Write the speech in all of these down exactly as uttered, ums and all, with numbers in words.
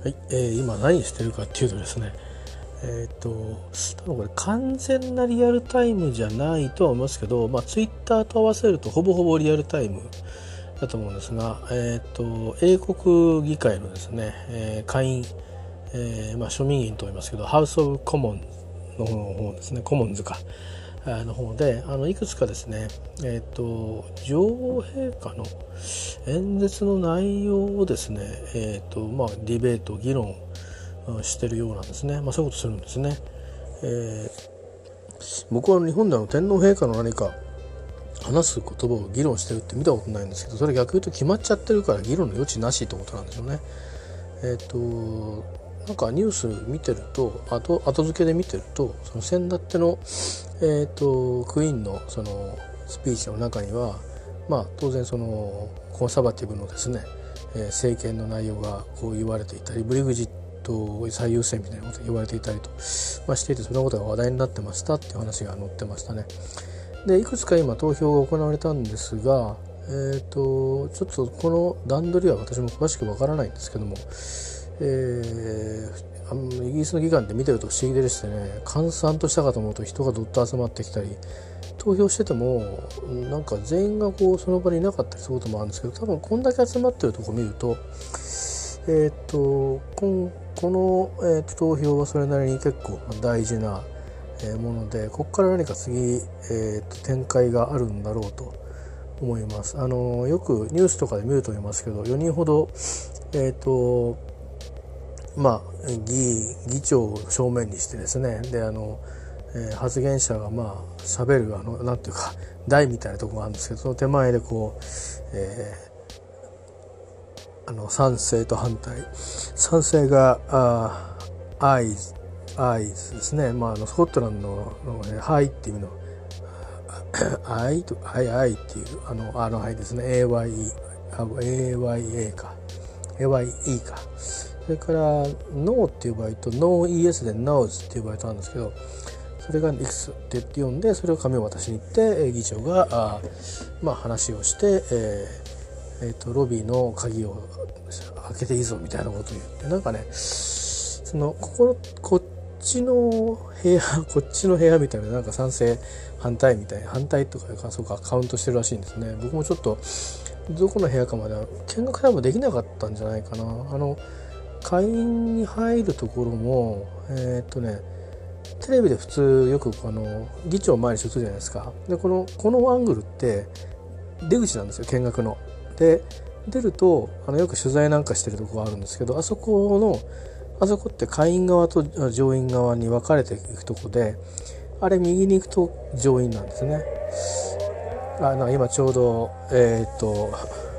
はい、えー、今何してるかっていうとですね、えっ、ー、と多分これ完全なリアルタイムじゃないとは思いますけど、まあ、ツイッターと合わせるとほぼほぼリアルタイムだと思うんですが、えっ、ー、と英国議会のですね、えー、下院、えーまあ、庶民議員と言いますけど、ハウス・オブ・コモンの方ですね、コモンズかの方で、あのいくつかですね、えっ、ー、と女王陛下の演説の内容をですね、えーとまあ、ディベート議論してるようなんですね。まあ、そういうことするんですね。えー、僕は日本では天皇陛下の何か話す言葉を議論してるって見たことないんですけど、それ逆に言うと決まっちゃってるから議論の余地なしってことなんでしょうね。えっ、ー、となんかニュース見てると後後付けで見てると、その先だっての、えー、とクイーンのそのスピーチの中には、まあ、当然そのコンサバティブのですね、えー、政権の内容がこう言われていたり、ブリグジット最優先みたいなことが言われていたりと、まあ、していて、そのことが話題になってましたっていう話が載ってましたね。でいくつか今投票が行われたんですが、えー、とちょっとこの段取りは私も詳しくわからないんですけども、えー、イギリスの議会で見てると不思議でしてね、閑散としたかと思うと人がどっと集まってきたり、投票しててもなんか全員がこうその場にいなかったりすることもあるんですけど、多分こんだけ集まってるとこ見ると、えっ、ー、とこの、えー、と投票はそれなりに結構大事なもので、ここから何か次、えー、と展開があるんだろうと思います。あのよくニュースとかで見ると思いますけど、よにんほど、えっ、ー、とまあ、議議長を正面にしてですね、であの、えー、発言者がまあ喋るあのなんていうか台みたいなところがあるんですけど、その手前でこう、えー、あの賛成と反対、賛成があアイズアイズですね、まあ、あのスコットランドの、のハイっていうのアイとアイアイっていうあのあのハイですね、 エーワイイー あ エーワイエー か エーワイイー か。それからノーっていう場合とノー イーエス で ノーズ っていう場合とあるんですけど、それがいくつって言って読んで、それを紙を渡しに行って議長があ、まあ、話をして、えーえー、とロビーの鍵を開けていいぞみたいなことを言って、なんかね、そのこここっちの部屋こっちの部屋みたいな、なんか賛成反対みたいな、反対とかそうかカウントしてるらしいんですね。僕もちょっとどこの部屋かまでは見学多分できなかったんじゃないかな。あの会員に入るところもえー、っとねテレビで普通よくあの議長前にするじゃないですか。でこのこのアングルって出口なんですよ、見学の。で出るとあのよく取材なんかしてるところがあるんですけど、あそこのあそこって会員側と上院側に分かれていくところで、あれ右に行くと上院なんですね。あの今ちょうどえー、っと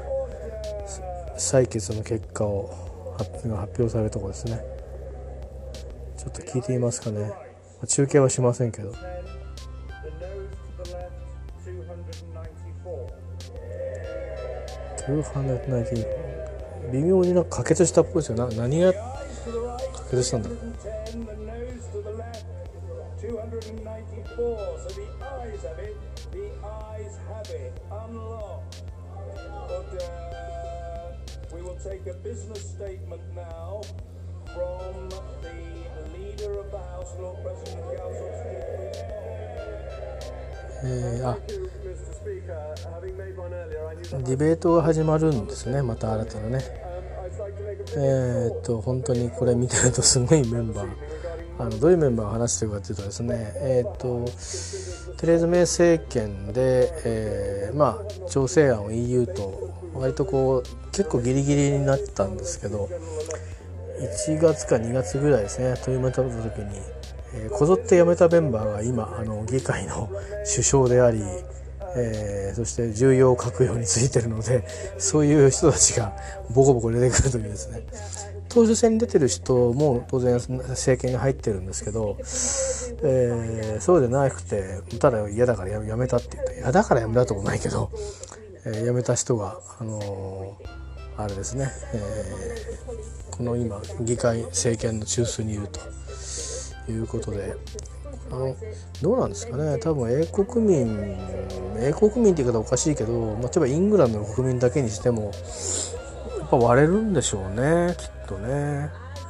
採決の結果を発表されるところですね。ちょっと聞いてみますかね。中継はしませんけど。にひゃくきゅうじゅうよん、微妙になんか可決したっぽいですよ。な何が可決したんだろう。えー、あディベートが始まるんですね、また新たなね。えー、っと本当にこれ見てるとすごいメンバー、あのどういうメンバーが話してるかというとですね、えー、っとテレーズ・メイ政権で、えー、まあ調整案を イーユー と割とこう結構ギリギリになったんですけど、いちがつかにがつぐらいですね、取りまとめた時に、えー、こぞって辞めたメンバーが今あの議会の首相であり、えー、そして重要閣僚についてるので、そういう人たちがボコボコ出てくるというですね。党首選に出てる人も当然政権に入ってるんですけど、えー、そうでなくて、ただ嫌だからやめたって言って、嫌だからやめたとこないけど、えー、辞めた人があのー、あれですね、えー、この今議会政権の中枢にいるということで、あのどうなんですかね。多分英国民英国民って言い方おかしいけど、まあ、例えばイングランドの国民だけにしてもやっぱ割れるんでしょうね、きっとね。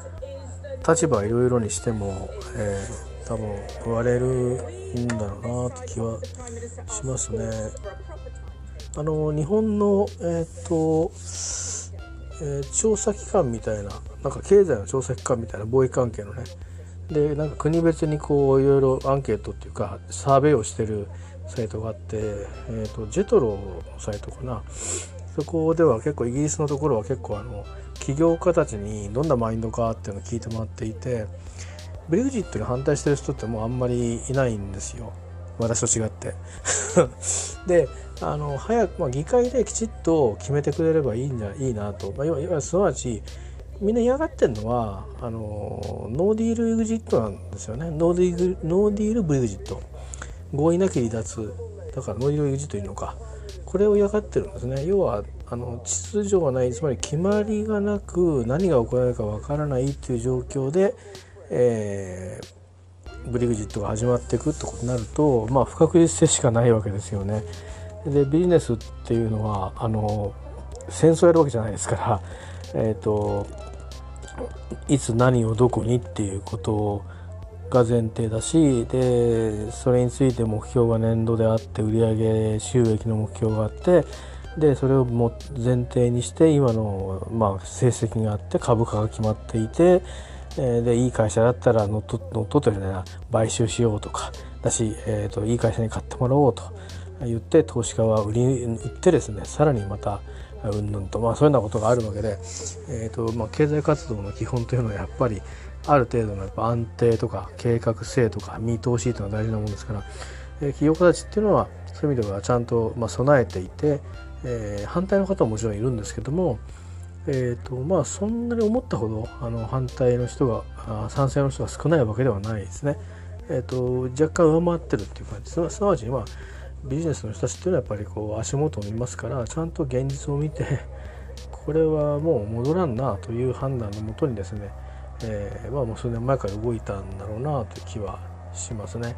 立場いろいろにしても、えー、多分割れるんだろうなって気はしますね。あの日本のえっ、ー、と、えー、調査機関みたいな、なんか経済の調査機関みたいな、貿易関係のね、でなんか国別にこういろいろアンケートっていうかサーベイをしてるサイトがあって、えー、とジェトロのサイトかな。そこでは結構イギリスのところは結構あの起業家たちにどんなマインドかっていうのを聞いてもらっていて、ブレグジットに反対してる人ってもうあんまりいないんですよ、私と違ってであの早く、まあ、議会できちっと決めてくれればいいんじゃいいなと、まあ、要はすなわちみんな嫌がってるのはあのノーディールエグジットなんですよね。ノーディール、ノーディールブレグジット、合意なき離脱だからノーディールエグジットというのか、これを嫌がってるんですね。要はあの秩序がない、つまり決まりがなく何が行われるかわからないっていう状況で、えー、ブレグジットが始まっていくってことになると、まあ、不確実性しかないわけですよね。でビジネスっていうのはあの戦争やるわけじゃないですから、えーと、いつ何をどこにっていうことが前提だし、でそれについて目標が年度であって、売上収益の目標があって、でそれをも前提にして今の、まあ、成績があって株価が決まっていて、でいい会社だったら乗っ取乗っ取ってるな買収しようとかだし、えーと、いい会社に買ってもらおうと言って投資家は売り売ってですね、さらにまたうんぬんと、まあ、そういうようなことがあるわけで、えーとまあ、経済活動の基本というのはやっぱりある程度のやっぱ安定とか計画性とか見通しというのは大事なものですから、えー、企業家たちっていうのはそういう意味ではちゃんと、まあ、備えていて、えー、反対の方ももちろんいるんですけども、えーとまあ、そんなに思ったほどあの反対の人があ賛成の人が少ないわけではないですね。えーと若干上回ってるっていう感じ、すなわち今ビジネスの人たちっていうのはやっぱりこう足元を見ますから、ちゃんと現実を見てこれはもう戻らんなという判断のもとにですね、えーまあ、もう数年前から動いたんだろうなという気はしますね。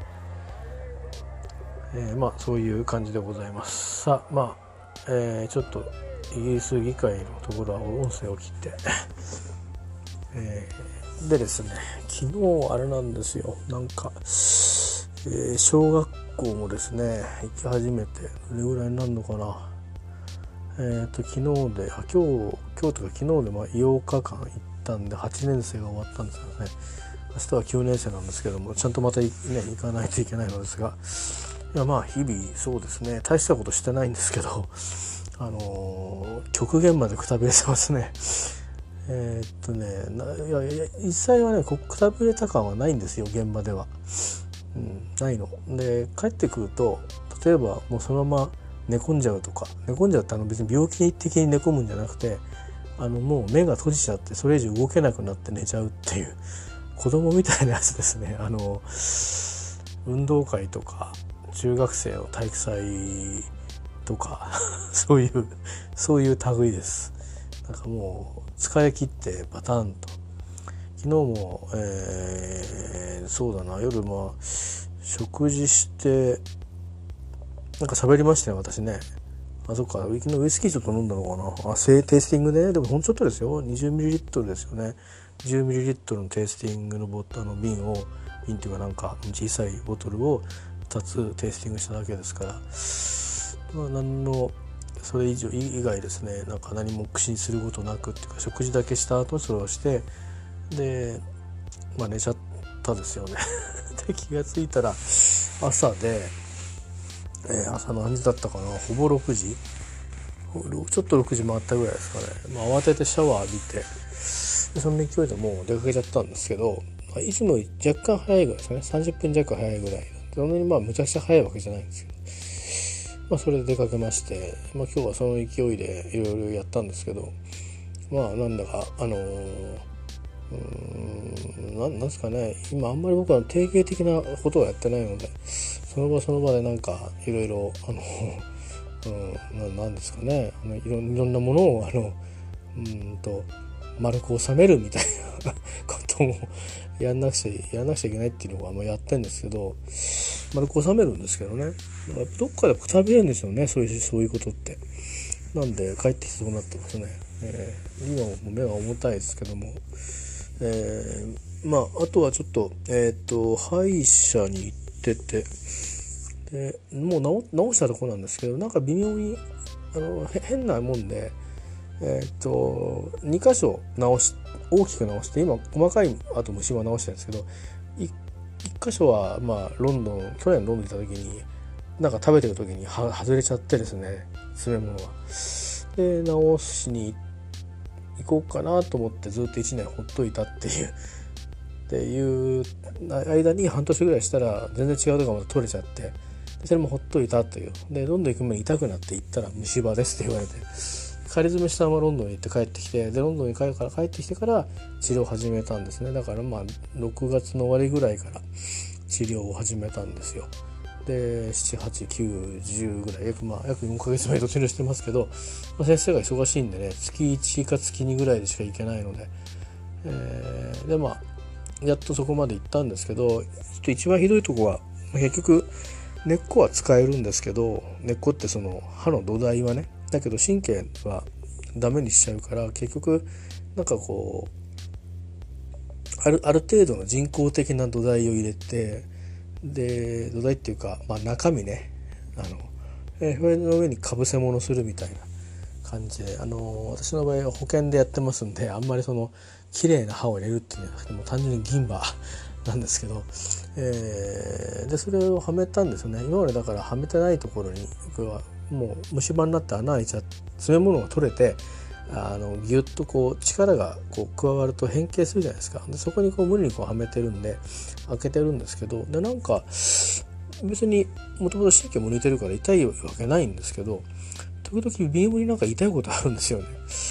えー、まあそういう感じでございます。さあ、まあ、えー、ちょっとイギリス議会のところは音声を切って、えー、でですね、昨日あれなんですよ、なんか、えー、小学校もですね行き始めてどれぐらいになるのかな。えー、と昨日であ今日今日とか昨日でまあようかかん行ったんではちねん生が終わったんですよね。明日はきゅうねん生なんですけども、ちゃんとまた、ね、行かないといけないのですが、いやまあ日々そうですね、大したことしてないんですけど、あのー、極限までくたびれてますね。えー、っとねないやいや実際はねくたびれた感はないんですよ、現場では。うん、ないので、帰ってくると例えばもうそのまま寝込んじゃうとか、寝込んじゃうってあの別に病気的に寝込むんじゃなくて、あのもう目が閉じちゃってそれ以上動けなくなって寝ちゃうっていう子供みたいなやつですね。あの運動会とか中学生の体育祭とかそういうそういう類です。なんかもう疲れ切ってバタンと。昨日も、えー、そうだな、夜まあ食事してなんか喋りましたね、私ね。あ、そっか、昨日ウイスキーちょっと飲んだのかな。あ、テイスティングね。でもほんちょっとですよ。にじゅうミリリットル ですよね。じゅうミリリットル のテイスティングのボタの瓶を、瓶っていうかなんか小さいボトルをふたつテイスティングしただけですから、まあ何のそれ以上以外ですね、なんか何も苦心することなくっていうか、食事だけした後にそれをして、で、まあ寝ちゃったですよね。で気がついたら朝で。えー、朝何時だったかな、ほぼろくじ、ちょっとろくじ回ったぐらいですかね。まあ、慌ててシャワー浴びて、でその勢いでもう出かけちゃったんですけど、いつも若干早いぐらいですかね、さんじゅっぷん弱早いぐらい、そんなにまあむちゃくちゃ早いわけじゃないんですけど、まあ、それで出かけまして、まあ、今日はその勢いでいろいろやったんですけど、まあなんだかあのーうーん な, なんですかね、今あんまり僕は定型的なことをやってないので、その場その場でなんかいろいろあの、うん、な, なんですかね、あのいろいろんなものをあのうんと丸く収めるみたいなことをやんなくちゃやんなくちゃいけないっていうのをあんまやってるんですけど、丸く収めるんですけどね、どっかでくたびれるんですよね、そういうそういうことって。なんで帰ってきそうになってますね。えー、今も目が重たいですけども。えまああとはちょっとえっ、ー、と歯医者に行ってて、でもう治、治したとこなんですけど、なんか微妙にあの変なもんで、えっ、ー、とに箇所治し大きく治して、今細かいあと虫歯治してるんですけど、いっ箇所はまあロンドン去年ロンドン行った時になんか食べてる時には外れちゃってですね、詰め物が。で直しに行こうかなと思ってずっといちねんほっといたっていうっていう間に半年ぐらいしたら全然違うところまで取れちゃって、それもほっといたという。でロンドン行く前に痛くなって行ったら虫歯ですって言われて、仮詰めしたままロンドンに行って帰ってきて、でロンドンに帰るから帰ってきてから治療を始めたんですね。だからまあろくがつの終わりぐらいから治療を始めたんですよ。でしち、はち、きゅう、じゅうぐらい約、まあ、約よんかげつまえと治療してますけど、まあ、先生が忙しいんでね、月いちか月にぐらいでしか行けないので、えー、でまあやっとそこまで行ったんですけど、一番ひどいとこは結局根っこは使えるんですけど、根っこってその歯の土台はね、だけど神経はダメにしちゃうから、結局なんかこうあるある程度の人工的な土台を入れて、で土台っていうか、まあ、中身ね、あの、えー、それの上にかぶせ物するみたいな感じで、あの私の場合は保険でやってますんで、あんまりその綺麗な歯を入れるっていうのはなくても単純に銀歯なんですけど、えー、でそれをはめたんですよね。今までだからはめてないところにはもう虫歯になって穴開いちゃって、詰め物が取れて、あのギュッとこう力がこう加わると変形するじゃないですか。でそこにこう無理にこうはめてるんで開けてるんですけど、でなんか別にもともと神経も抜いてるから痛いわけないんですけど、時々微妙になんか痛いことあるんですよね。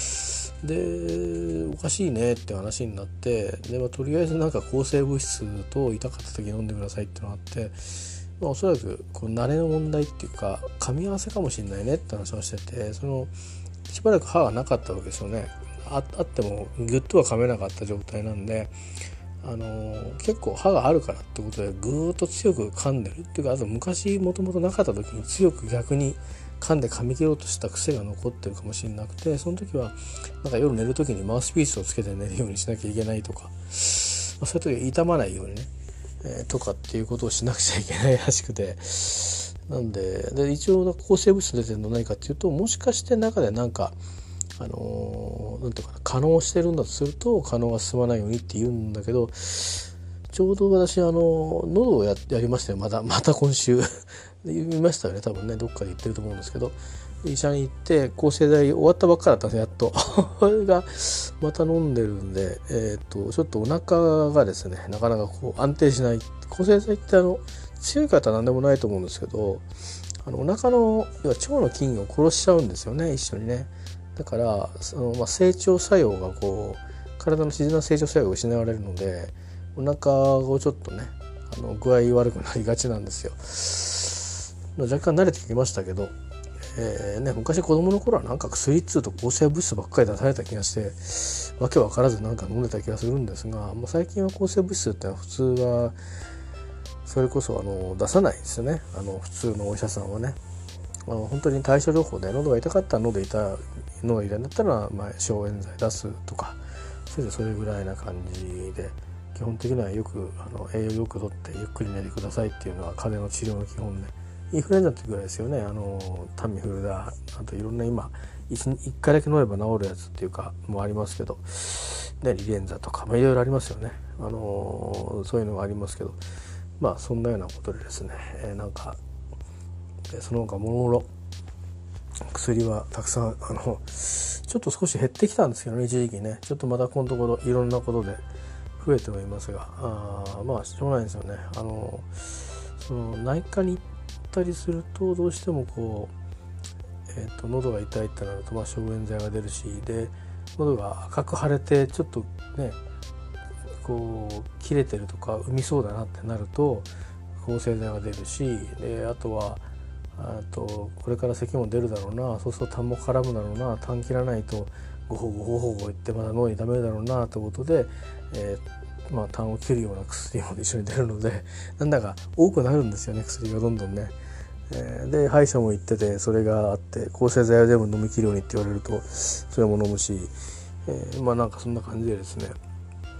でおかしいねって話になって、で、まあ、とりあえずなんか抗生物質と痛かった時飲んでくださいってのがあって、まあ、おそらくこう慣れの問題っていうか噛み合わせかもしれないねって話をしてて、そのしばらく歯がなかったわけですよね。 あ, あってもギュッとは噛めなかった状態なんで、あのー、結構歯があるからってことでぐーっと強く噛んでるっていうか、あと昔もともとなかった時に強く逆に噛んで噛み切ろうとした癖が残ってるかもしれなくて、その時はなんか夜寝る時にマウスピースをつけて寝るようにしなきゃいけないとか、まあ、そういう時痛まないようにね、えー、とかっていうことをしなくちゃいけないらしくて、なんで、で一応抗生物質出てるの何かっていうと、もしかして中でなんかあのー、なんていうかな、可能してるんだとすると可能が進まないようにって言うんだけど、ちょうど私あの喉を や, やりましたよ。またまた今週言いましたよね、多分ね、どっかで言ってると思うんですけど、医者に行って抗生剤終わったばっかだったんですよ、やっとこれがまた飲んでるんで、えっとちょっとお腹がですねなかなかこう安定しない。抗生剤ってあの強い方は何でもないと思うんですけど、あのお腹の要は腸の菌を殺しちゃうんですよね、一緒にね。だからその、まあ、成長作用がこう体の自然な成長作用が失われるので、お腹をちょっとねあの具合悪くなりがちなんですよ。若干慣れてきましたけど、えーね、昔子供の頃はなんか薬っつうと抗生物質ばっかり出された気がしてわけわからずなんか飲んでた気がするんですが、もう最近は抗生物質ってのは普通はそれこそあの出さないですよね。あの普通のお医者さんはね、あの本当に対処療法で喉が痛かったら喉痛い喉が痛いんだったら、まあ、消炎剤出すとか、それでそれぐらいな感じで、基本的にはよくあの栄養よくとってゆっくり寝てくださいっていうのは風邪の治療の基本で、インフルエンザってぐらいですよね。あのタミフルだ、あといろんな今いっかいだけ飲めば治るやつっていうかもありますけど、ね、リレンザとか、まあ、いろいろありますよね。あのそういうのがありますけど、まあそんなようなことでですね、えー、なんかその他もろもろ薬はたくさんあのちょっと少し減ってきたんですけどね、一時期ね。ちょっとまたこのところいろんなことで増えてはいますが、あまあしょうがないですよね。あのその内科に行ったりするとどうしてもこう、えー、と喉が痛いってなると、まあ、消炎剤が出るし、で喉が赤く腫れてちょっとねこう切れてるとか産みそうだなってなると抗生剤が出るし、であとはあとこれから咳も出るだろうな、そうすると痰も絡むだろうな、痰切らないとゴホゴホゴホ言ってまだ脳にダメだろうなということで、えー、まあ痰を切るような薬も一緒に出るので、なんだか多くなるんですよね、薬がどんどんね。えー、で歯医者も行ってて、それがあって抗生剤を全部飲み切るようにって言われるとそれも飲むし、えー、まあなんかそんな感じでですね、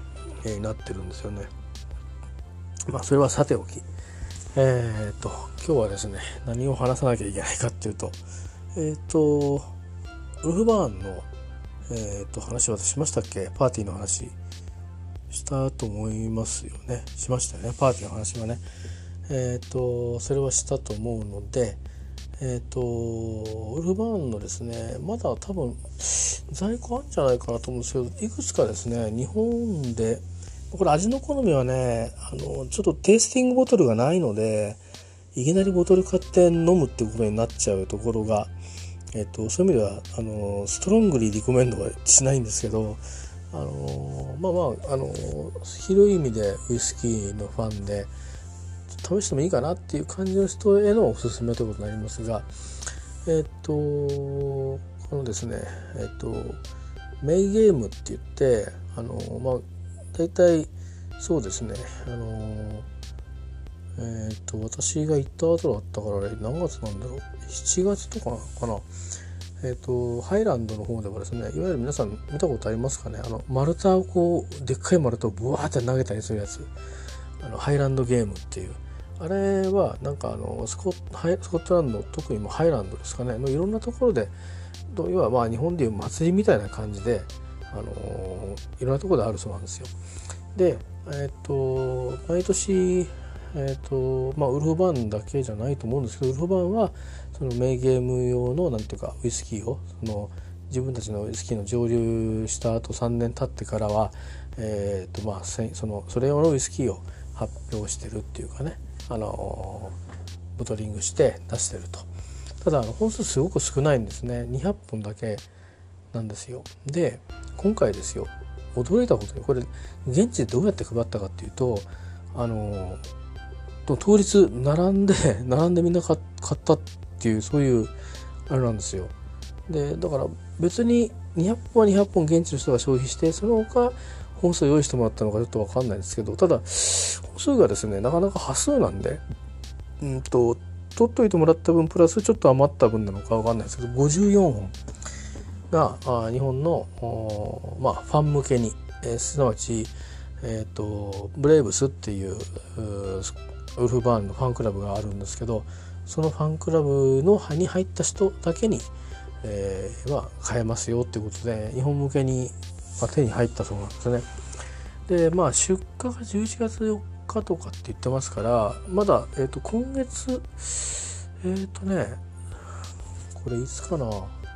えー、なってるんですよね。まあそれはさておき、えー、っと今日はですね何を話さなきゃいけないかっていうと、えー、っとウルフバーンの、えー、っと話はしましたっけ？パーティーの話したと思いますよね。しましたよね、パーティーの話はね。えっ、ー、とそれはしたと思うので、えっ、ー、とウルフバーンのですねまだ多分在庫あるんじゃないかなと思うんですけど、いくつかですね日本でこれ味の好みはねあのちょっとテイスティングボトルがないのでいきなりボトル買って飲むってことになっちゃうところが、えっ、ー、とそういう意味ではあのストロングリーリコメンドはしないんですけど、あのまあまああの広い意味でウイスキーのファンで試してもいいかなっていう感じの人へのおすすめということになりますが、えっ、とこのですねえっ、とメイゲームって言ってあのまあ大体そうですねあのえっ、と私が行った後だったから何月なんだろうしちがつとかかな。えー、とハイランドの方ではですねいわゆる皆さん見たことありますかね、あの丸太をこうでっかい丸太をブワーって投げたりするやつ、あのハイランドゲームっていうあれはなんかあのスコッ、スコットランド特にもハイランドですかねのいろんなところで要はまあ日本でいう祭りみたいな感じで、あのー、いろんなところであるそうなんですよ。でえっ、ー、と毎年えーとまあ、ウルフバーンだけじゃないと思うんですけど、ウルフバーンはそのメイゲーム用のなんていうかウイスキーをその自分たちのウイスキーの蒸留した後さんねん経ってからは、えーとまあ、そのそれ用のウイスキーを発表してるっていうかね、あのボトリングして出してると。ただ本数すごく少ないんですね。にひゃっぽんだけなんですよ。で今回ですよ驚いたことにこれ現地でどうやって配ったかっていうと、あの当日並んで並んでみんな買ったっていうそういうあれなんですよ。でだから別ににひゃっぽんはにひゃっぽん現地の人が消費してその他本数を用意してもらったのかちょっと分かんないですけど、ただ本数がですねなかなか端数なんで、うんと取っといてもらった分プラスちょっと余った分なのか分かんないですけどごじゅうよんほんがあ日本のまあファン向けに、えー、すなわちえっ、ー、とブレイブスっていうウルフバーンのファンクラブがあるんですけど、そのファンクラブのに入った人だけに、えーまあ、買えますよっていうことで日本向けに、まあ、手に入ったそうなんですね。でまあ出荷がじゅういちがつよっかとかって言ってますからまだ、えー、と今月えっ、ー、とねこれいつかな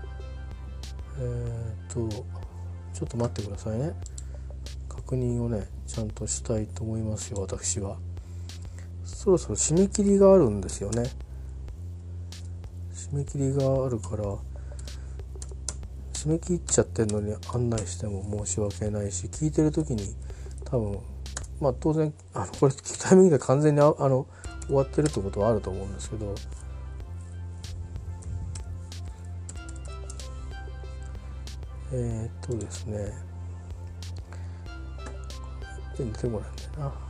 えっ、ー、とちょっと待ってくださいね、確認をねちゃんとしたいと思いますよ。私はそろそろ締め切りがあるんですよね。締め切りがあるから締め切っちゃってるのに案内しても申し訳ないし、聞いてる時に多分まあ当然あのこれ聞くタイミングで完全にあの終わってるってことはあると思うんですけど、えー、っとですね出てこないんだよな。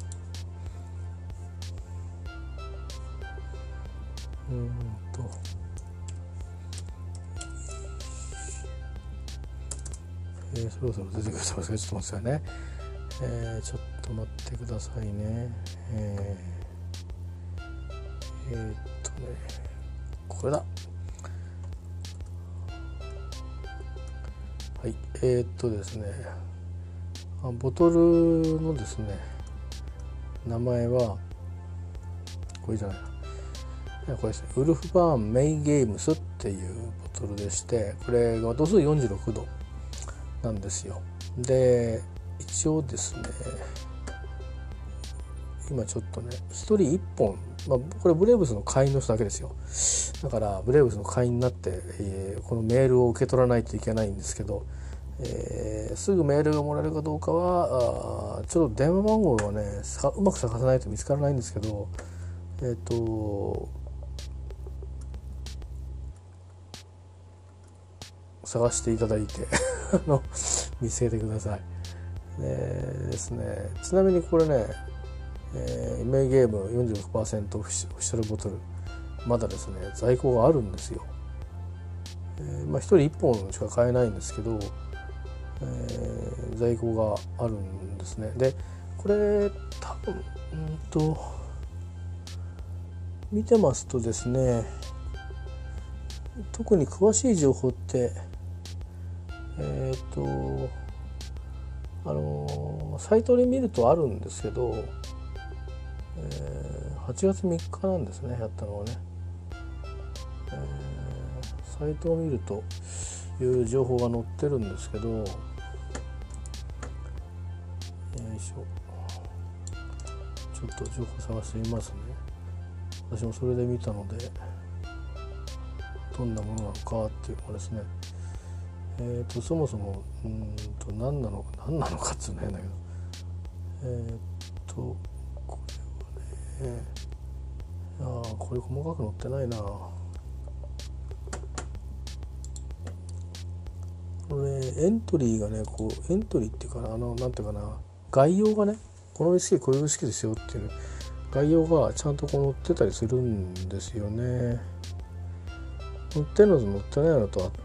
うんとえー、そろそろ出てくると思いますけどちょっと待ってくださいね、えー、ちょっと待ってくださいねえー、えー、っとねこれだはいえー、っとですねあボトルのですね名前はこれじゃないなこれですね、ウルフバーンメイゲームスっていうボトルでして、これが度数よんじゅうろくどなんですよ。で一応ですね今ちょっとねひとりいっぽん、まあ、これブレーブスの会員の人だけですよ。だからブレーブスの会員になって、えー、このメールを受け取らないといけないんですけど、えー、すぐメールがもらえるかどうかはあちょっと電話番号をねうまく探さないと見つからないんですけど、えっ、ー、と探していただいて見つけてください。でですね、ちなみにこれね、えー、メイゲーム よんじゅうろくパーセント オフィシャルボトルまだですね在庫があるんですよ。えー、まあひとりいっぽんしか買えないんですけど、えー、在庫があるんでですね。でこれ多分うんと見てますとですね、特に詳しい情報ってえっ、とあのサイトで見るとあるんですけど、えー、はちがつみっかなんですね、やったのはね。えー、サイトを見るという情報が載ってるんですけど、よいしょ、ちょっと情報探してみますね。私もそれで見たのでどんなものなのかっていうのがですね、えーとそもそもうんと何なの何なのかっていうのは変だけど、えーとこれはね、ああこれ細かく載ってないな。これエントリーがね、こうエントリーっていうかな、あのなんていうかな、概要がね、このウイスキーこういうウイスキーですよっていう概要がちゃんとこう載ってたりするんですよね。載ってるのと載ってないのとあって、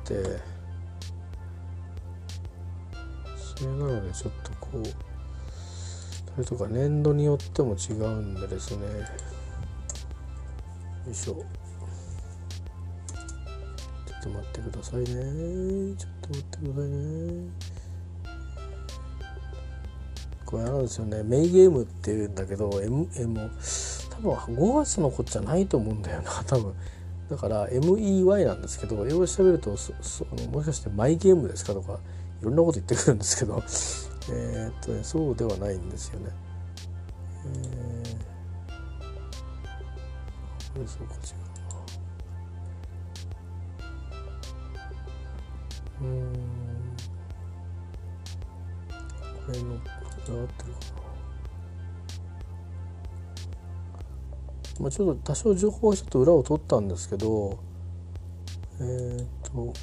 それなのでちょっとこうそれとか年度によっても違うんでですね、よいしょ、ちょっと待ってくださいね、ちょっと待ってくださいね。これなんですよね、メイゲームっていうんだけど M, M 多分ごがつの子じゃないと思うんだよな、多分だから エムイーワイ なんですけど、英語で調べるとそそもしかしてマイゲームですかとかいろんなこと言ってくるんですけどえっとねそうではないんですよね。えー、これそうか違うな。うーんこれのこれ合ってるかな。まあ、ちょっと多少情報はちょっと裏を取ったんですけど、えー、っと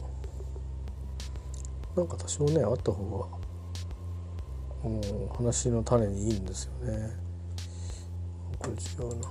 なんか多少ねあった方が、うん、話の種にいいんですよね。これ違うな。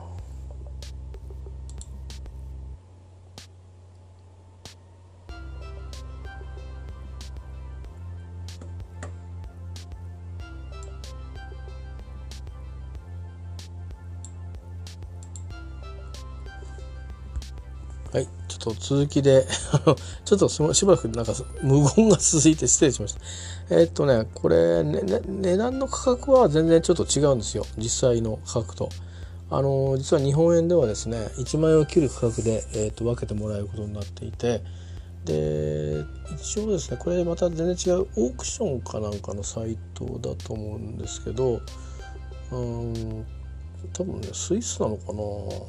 はい、ちょっと続きでちょっとしばらくなんか無言が続いて失礼しました。えー、っとねこれ、ねね、値段の価格は全然ちょっと違うんですよ、実際の価格と。あの実は日本円ではですねいちまん円を切る価格で、えー、っと分けてもらえることになっていて、で一応ですねこれまた全然違うオークションかなんかのサイトだと思うんですけど、うん多分ねスイスなのかな。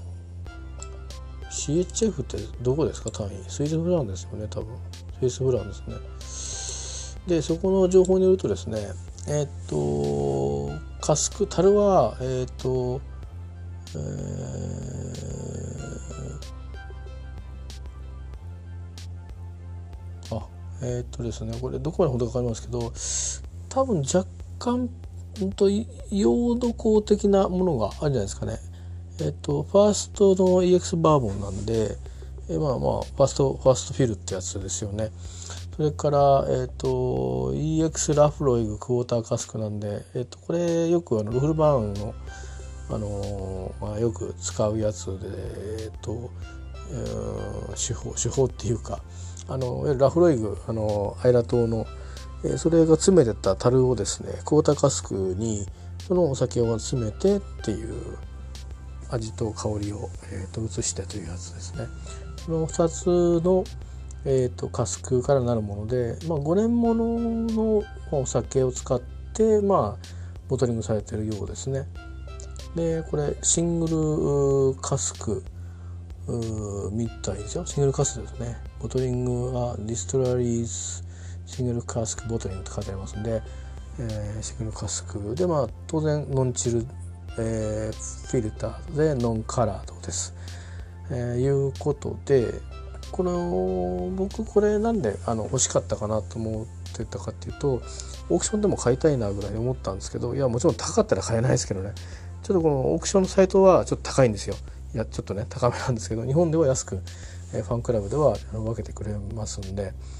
シーエイチエフ ってどこですか単位？スイスフランですよね、多分スイスフランですね。でそこの情報によるとですね、えっ、とカスク樽はえっ、とえー、あえっ、とですねこれどこまでほどかかりますけど、多分若干と用土工的なものがあるんじゃないですかね。えっとファーストの イーエックス バーボンなんで、えまあまあファーストファーストフィルってやつですよね。それからえっと イーエックス ラフロイグクォーターカスクなんで、えっとこれよくあのルフルバーンのあのまあよく使うやつで、えっと、えー、手法手法っていうかあのラフロイグあのアイラ島のえそれが詰めてた樽をですねクォーターカスクにそのお酒を詰めてっていう味と香りを、えー、と移してというやつですね。このふたつの、えー、とカスクからなるもので、まあ、ごねんもののお酒を使って、まあ、ボトリングされているようですね。でこれシングルカスクみたいですよ。シングルカスクですね。ボトリングはディストラリーズシングルカスクボトリングって書いてありますんで、えー、シングルカスクで、まあ、当然ノンチルえー、フィルターでノンカラードです、えー、いうことで、この僕これなんであの欲しかったかなと思ってたかっていうと、オークションでも買いたいなぐらい思ったんですけど、いやもちろん高かったら買えないですけどね、ちょっとこのオークションのサイトはちょっと高いんですよ。いやちょっとね高めなんですけど、日本では安く、えー、ファンクラブでは分けてくれますんで、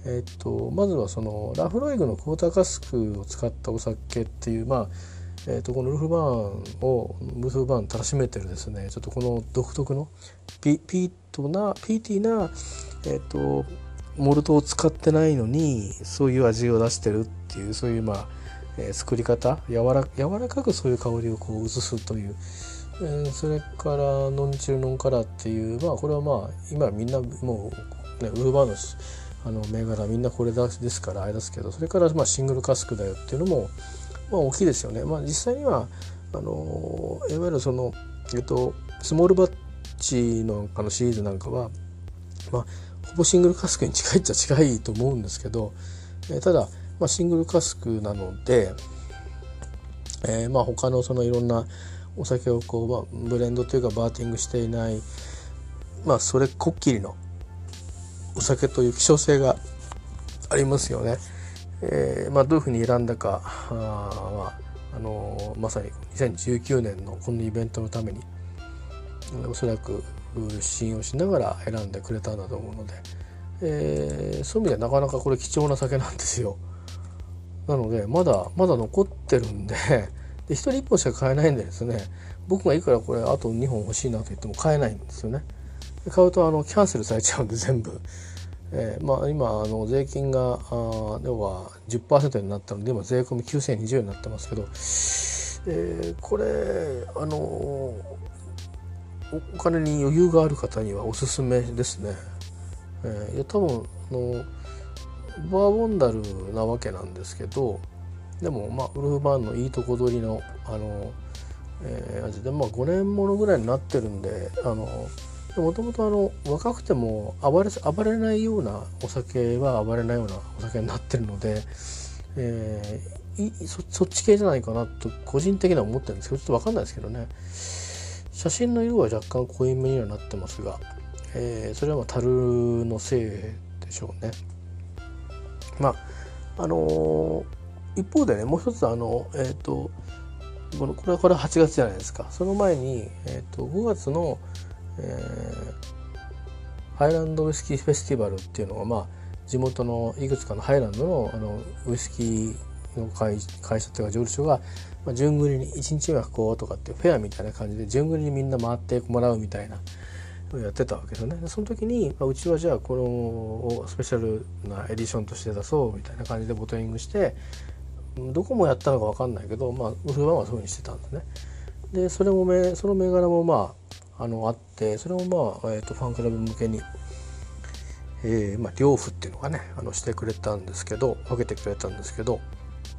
えー、とまずはそのラフロイグのクォーターカスクを使ったお酒っていう、まあえー、とこのルフバーンをルフバーンたらしめてるですね、ちょっとこの独特のピピートなピーティーな、えー、とモルトを使ってないのにそういう味を出してるっていう、そういうまあ、えー、作り方、柔ら柔らかくそういう香りをこう移すという、えー、それからノンチルノンカラーっていう、まあこれはまあ今みんなもう、ね、ウルバーンのあの銘柄みんなこれですからあれですけど、それからまあシングルカスクだよっていうのもまあ大きいですよね。まあ実際にはあのいわゆるその、えっと、スモールバッチのあのシリーズなんかは、まあ、ほぼシングルカスクに近いっちゃ近いと思うんですけど、えー、ただ、まあ、シングルカスクなので、えー、まあ他のそのいろんなお酒をこう、まあ、ブレンドというかバーティングしていない、まあそれこっきりのお酒という希少性がありますよね。えーまあ、どういうふうに選んだかあ、まああのー、まさににせんじゅうきゅうねんのこのイベントのためにおそらく信用しながら選んでくれたんだと思うので、えー、そういう意味ではなかなかこれ貴重な酒なんですよ。なのでまだまだ残ってるんででひとりいっぽんしか買えないんでですね、僕がいくらこれあとにほん欲しいなと言っても買えないんですよね。買うとあのキャンセルされちゃうんで全部、えーまあ、今あの税金があ要は じゅっパーセント になったので今税込みきゅうせんにじゅうえんになってますけど、えー、これあのお金に余裕がある方にはおすすめですね。えー、いや多分あのバーボンダルなわけなんですけど、でもまあウルフバーンのいいとこ取りのあの、えー、味で、まあ、ごねんものぐらいになってるんで、あのもともとあの若くても暴れ暴れないようなお酒は暴れないようなお酒になってるので、えー、い そ, そっち系じゃないかなと個人的には思ってるんですけど、ちょっと分かんないですけどね。写真の色は若干濃いめにはなってますが、えー、それはまあ樽のせいでしょうね。まああのー、一方でね、もう一つあのえっ、ー、とこのこれはこれははちがつじゃないですか。その前に、えー、とごがつのえー、ハイランドウイスキーフェスティバルっていうのが、まあ、地元のいくつかのハイランド の, あのウイスキーの 会, 会社というか上場所が、まあ、順繰りにいちにちめはこうとかっていうフェアみたいな感じで順繰りにみんな回ってもらうみたいなのをやってたわけですよね。その時に、まあ、うちはじゃあこのスペシャルなエディションとして出そうみたいな感じでボトリングして、どこもやったのか分かんないけど、まあ、ウルフバーンはそういうふうにしてたんですね。でそれもめその銘柄もまああのあってそれもまあ、えー、とファンクラブ向けに、えーまあ、両付っていうのがねあのしてくれたんですけど分けてくれたんですけど、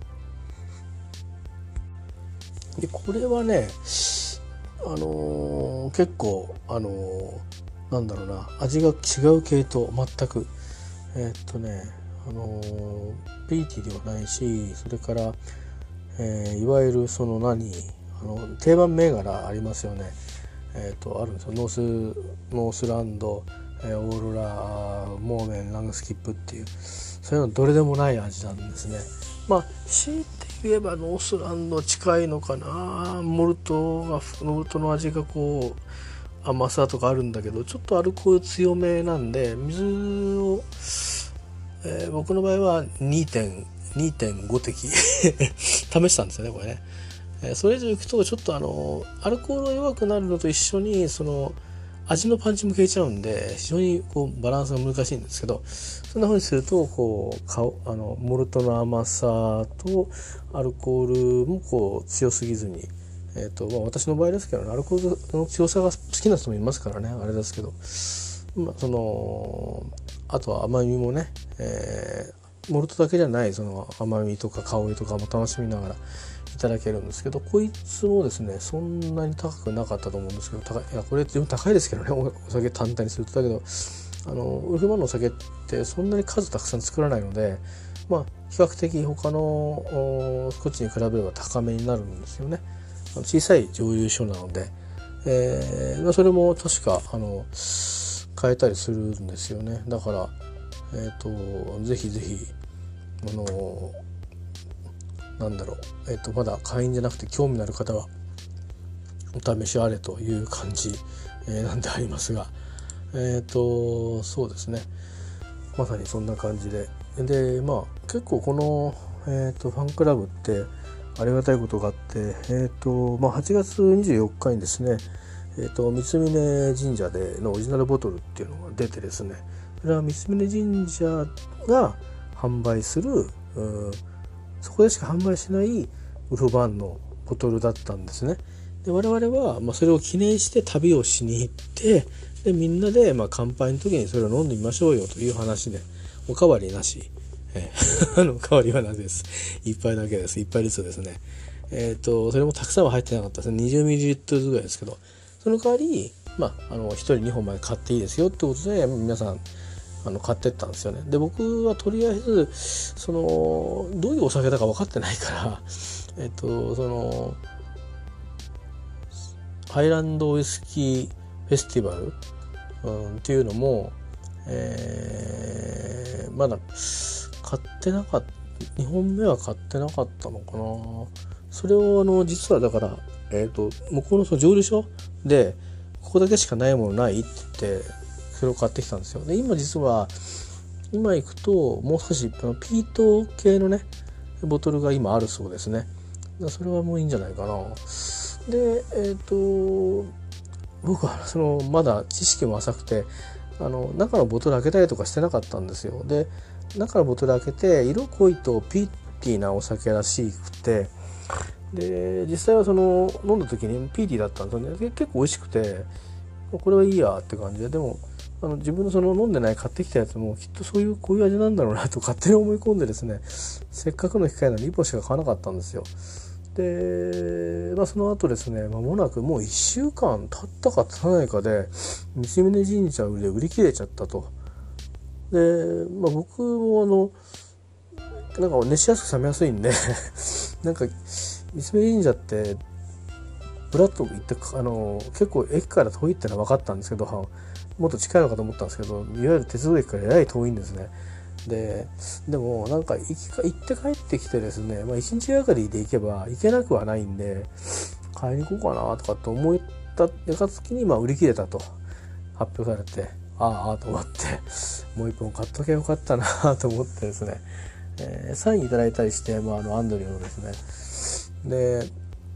でこれはねあのー、結構あのー、なんだろうな味が違う系統全くえっ、ー、とねあのー、ピーティーではないし、それから、えー、いわゆるその何あの定番銘柄ありますよね。えー、とあるんですよ。ノースノースランド、えー、オーロラモーメンラングスキップっていうそういうのどれでもない味なんですね。まあ強いて言えばノースランド近いのかな。モルトがモルトの味がこう甘さとかあるんだけどちょっとアルコール強めなんで水を、えー、僕の場合は にてんご 滴試したんですよねこれね。それ以上いくとちょっとあのアルコールが弱くなるのと一緒にその味のパンチも消えちゃうんで非常にこうバランスが難しいんですけど、そんな風にするとこうかあのモルトの甘さとアルコールもこう強すぎずに、えーとまあ、私の場合ですけどねアルコールの強さが好きな人もいますからねあれですけど、まあ、そのあとは甘みもね、えー、モルトだけじゃないその甘みとか香りとかも楽しみながらいただけるんですけど、こいつもですねそんなに高くなかったと思うんですけど、高いいやこれ自分高いですけどね お, お酒単体にするとだけどあのウルフバーンのお酒ってそんなに数たくさん作らないので、まあ比較的他のスコッチに比べれば高めになるんですよね。あの小さい蒸留所なので、えー、それも確かあの変えたりするんですよね。だからえっ、ー、とぜひぜひあのなんだろう、えー、とまだ会員じゃなくて興味のある方はお試しあれという感じ、えー、なんでありますが、えっ、ー、とそうですねまさにそんな感じで、でまあ結構この、えー、とファンクラブってありがたいことがあって、えーとまあ、はちがつにじゅうよっかにですね、えー、と三峯神社でのオリジナルボトルっていうのが出てですね、それは三峯神社が販売する、うん、そこでしか販売しないウルフバーンのボトルだったんですね。で我々は、まあ、それを記念して旅をしに行って、でみんなで、まあ、乾杯の時にそれを飲んでみましょうよという話で、おかわりなし、えー、あのおかわりはなしです。一杯だけです。一杯ずつですね。えっとそれもたくさんは入ってなかったですね。にじゅうミリリットルぐらいですけど、その代わり、まあ、あのひとりにほんまで買っていいですよってことで皆さんあの買ってったんですよね。で僕はとりあえずそのどういうお酒だか分かってないからえっとそのハイランドウイスキーフェスティバル、うん、っていうのも、えー、まだ買ってなかったにほんめは買ってなかったのかな。それをあの実はだから、えー、と向こうのその蒸留所でここだけしかないものないって言ってそれを買ってきたんですよ。で今実は今行くともう少しあのピート系のねボトルが今あるそうですね。それはもういいんじゃないかな。でえっ、ー、と僕はそのまだ知識も浅くてあの中のボトル開けたりとかしてなかったんですよ。で中のボトル開けて色濃いとピーティーなお酒らしくて、で実際はその飲んだ時にピーティーだったんですよね。結構美味しくてこれはいいやって感じで、でもあの自分のその飲んでない買ってきたやつもきっとそういうこういう味なんだろうなと勝手に思い込んでですね、せっかくの機会なのにいっぽんしか買わなかったんですよ。で、まあ、その後ですね間もなくもういっしゅうかん経ったか経たないかで三峯神社で売り切れちゃったと。で、まあ、僕もあのなんか熱しやすく冷めやすいんでなんか三峯神社ってブラッと行ってあの結構駅から遠いってのは分かったんですけど、もっと近いのかと思ったんですけど、いわゆる鉄道駅からえらい遠いんですね。ででもなんか行きか行って帰ってきてですね、まあ、いちにちがかりで行けば行けなくはないんで買いに行こうかなとかって思った暁にまあ売り切れたと発表されて、ああと思ってもう一本買っとけばよかったなと思ってですね、えー、サインいただいたりして、まあ、あのアンドリューのですねで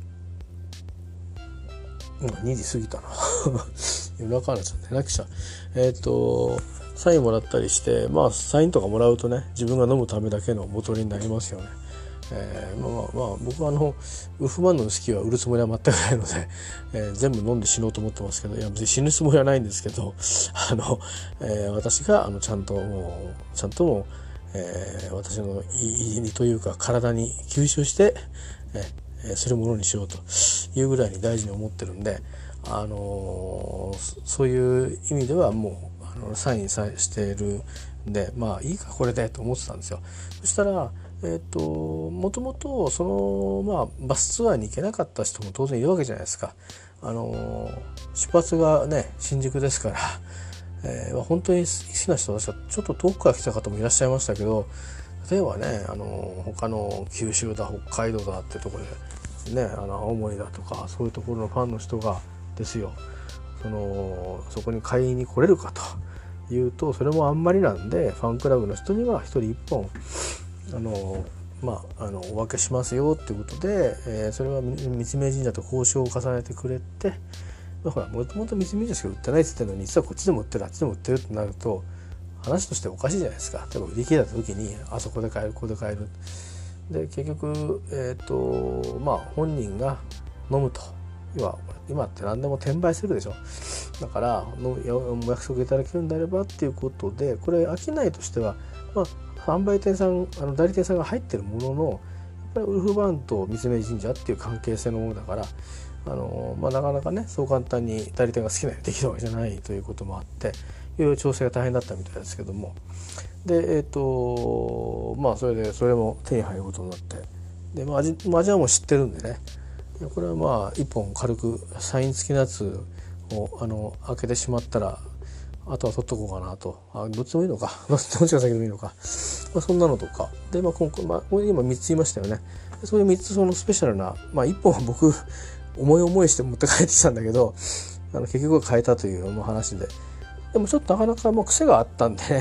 にじ過ぎたな夜中にちょっと寝なくちゃえっ、ー、とサインもらったりして、まあサインとかもらうとね自分が飲むためだけのボトルになりますよね。えー、まあまあ僕はあのウルフバンドのウイスキーは売るつもりは全くないので、えー、全部飲んで死のうと思ってますけど、いや別に死ぬつもりはないんですけどあの、えー、私があのちゃんともうちゃんともう、えー、私の胃にというか体に吸収して、えー、するものにしようというぐらいに大事に思ってるんで、あのー、そういう意味ではもうあのサインさえしているんで、まあいいかこれでと思ってたんですよ。そしたらえっ、ー、ともともとその、まあ、バスツアーに行けなかった人も当然いるわけじゃないですか。あのー、出発がね新宿ですから、えー、本当に好きな人たちはちょっと遠くから来た方もいらっしゃいましたけど、例えばねあのー、他の九州だ北海道だってところでねあの青森だとかそういうところのファンの人がですよ、そのそこに買いに来れるかというとそれもあんまりなんで、ファンクラブの人にはひとりいっぽんあのまあ、あのお分けしますよっていうことで、えー、それは三峯神社と交渉を重ねてくれて、まあ、ほらもともと三峯神社しか売ってないって言ってるのに実はこっちでも売ってるあっちでも売ってるってなると話としておかしいじゃないですか。例えば売り切れた時にあそこで買えるここで買えるで結局、えーとまあ、本人が飲むと今今って何でも転売するでしょ。だからのお約束いただけるんであればっていうことで、これ商いとしては、まあ、販売店さんあの代理店さんが入ってるもののやっぱりウルフバーンと三峯神社っていう関係性のものだから、あの、まあ、なかなかねそう簡単に代理店が好きなようにできるわけじゃないということもあっていろいろ調整が大変だったみたいですけども、でえっ、ー、とまあそれでそれも手に入ることになって、で、まあ、味, 味はもう知ってるんでね、これはまあいっぽん軽くサイン付きのやつをあの開けてしまったらあとは取っとこうかなと。あどっちもいいのかどっちが先でもいいのか、まあ、そんなのとかで、まあ、今回、まあ、今みっつ言いましたよね。そういうみっつそのスペシャルな、まあ、いっぽんは僕思い思いして持って帰ってきたんだけど、あの結局は変えたというのも話で、でもちょっとなかなかもう癖があったんで、ね、